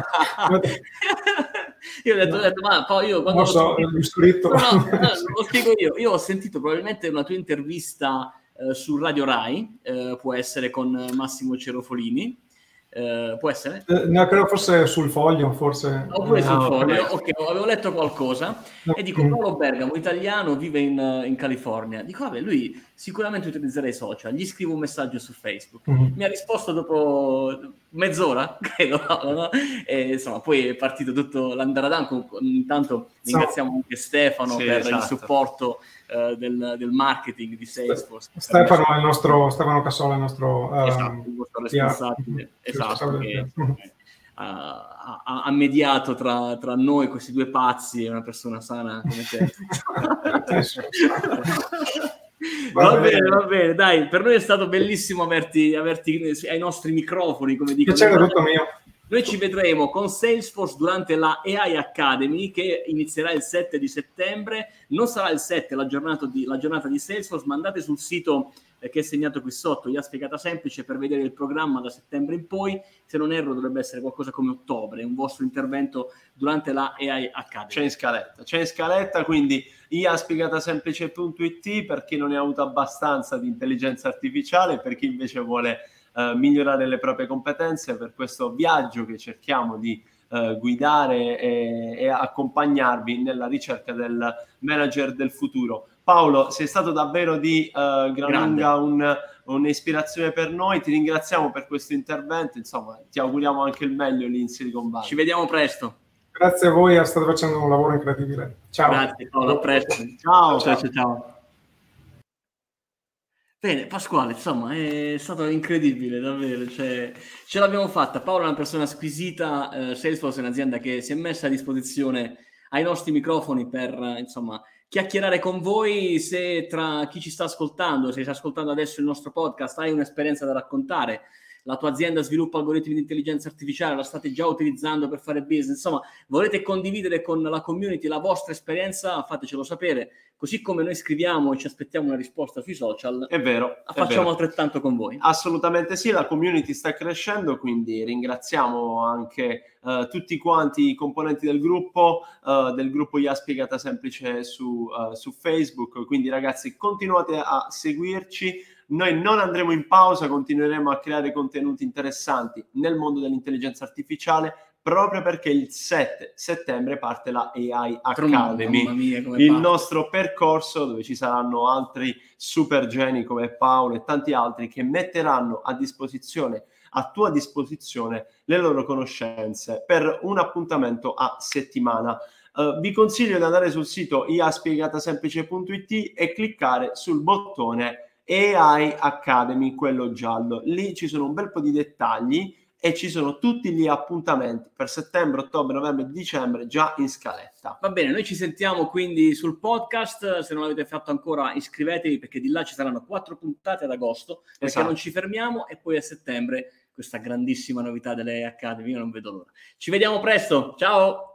Io ho detto, ho detto ma poi io quando non so, l'ho scritto, no, no, no, lo spiego io. Io ho sentito probabilmente una tua intervista Uh, su Radio Rai, uh, può essere con Massimo Cerofolini, uh, può essere? Eh, no, credo fosse sul Foglio, forse. Oppure sul no, Foglio, ok, avevo letto qualcosa no. e dico, Paolo Bergamo, italiano, vive in, in California. Dico, vabbè, lui sicuramente utilizzerà i social, gli scrivo un messaggio su Facebook. Mm-hmm. Mi ha risposto dopo mezz'ora, credo, no? E insomma, poi è partito tutto l'andaradan. Intanto ringraziamo so. anche Stefano sì, per esatto. il supporto Uh, del, del marketing di Salesforce. Stefano è il nostro, Stefano Cassola è il nostro uh, esatto, il vostro responsabile, esatto, che uh, ha, ha mediato tra, tra noi, questi due pazzi, e una persona sana come te. Va, va bene, va bene, dai, per noi è stato bellissimo averti, averti ai nostri microfoni, come dico. Piacere tutto mio. Noi ci vedremo con Salesforce durante la A I Academy, che inizierà il sette di settembre. Non sarà il sette la giornata di, la giornata di Salesforce, ma andate sul sito eh, che è segnato qui sotto, I A Spiegata Semplice, per vedere il programma da settembre in poi. Se non erro dovrebbe essere qualcosa come ottobre, un vostro intervento durante la A I Academy. C'è in scaletta, c'è in scaletta, quindi I A Spiegata Semplice punto it per chi non ne ha avuto abbastanza di intelligenza artificiale, per chi invece vuole Uh, migliorare le proprie competenze per questo viaggio che cerchiamo di uh, guidare e, e accompagnarvi nella ricerca del manager del futuro. Paolo, sei stato davvero di uh, gran lunga un, un'ispirazione per noi, ti ringraziamo per questo intervento, insomma ti auguriamo anche il meglio lì in Silicon Valley. Ci vediamo presto. Grazie a voi, state facendo un lavoro incredibile. Ciao. Grazie Paolo, a presto. Ciao, ciao, ciao. ciao. Bene, Pasquale, insomma, è stato incredibile, davvero, cioè, ce l'abbiamo fatta. Paolo è una persona squisita, eh, Salesforce è un'azienda che si è messa a disposizione ai nostri microfoni per, insomma, chiacchierare con voi. Se tra chi ci sta ascoltando, se stai ascoltando adesso il nostro podcast, hai un'esperienza da raccontare, la tua azienda sviluppa algoritmi di intelligenza artificiale, la state già utilizzando per fare business, insomma, volete condividere con la community la vostra esperienza, fatecelo sapere, così come noi scriviamo e ci aspettiamo una risposta sui social. È vero. Facciamo è vero. altrettanto con voi. Assolutamente sì, la community sta crescendo, quindi ringraziamo anche uh, tutti quanti i componenti del gruppo, uh, del gruppo I A Spiegata Semplice su, uh, su Facebook, quindi ragazzi continuate a seguirci. Noi non andremo in pausa, continueremo a creare contenuti interessanti nel mondo dell'intelligenza artificiale, proprio perché il sette settembre parte la A I Academy, mia, il parte. nostro percorso dove ci saranno altri super geni come Paolo e tanti altri che metteranno a disposizione, a tua disposizione, le loro conoscenze per un appuntamento a settimana. Uh, vi consiglio di andare sul sito I A Spiegata Semplice punto it e cliccare sul bottone A I Academy, quello giallo. Lì ci sono un bel po' di dettagli e ci sono tutti gli appuntamenti per settembre, ottobre, novembre e dicembre già in scaletta. Va bene, noi ci sentiamo quindi sul podcast, se non l'avete fatto ancora iscrivetevi perché di là ci saranno quattro puntate ad agosto, perché Esatto. non ci fermiamo e poi a settembre questa grandissima novità delle Academy, io non vedo l'ora. Ci vediamo presto, ciao!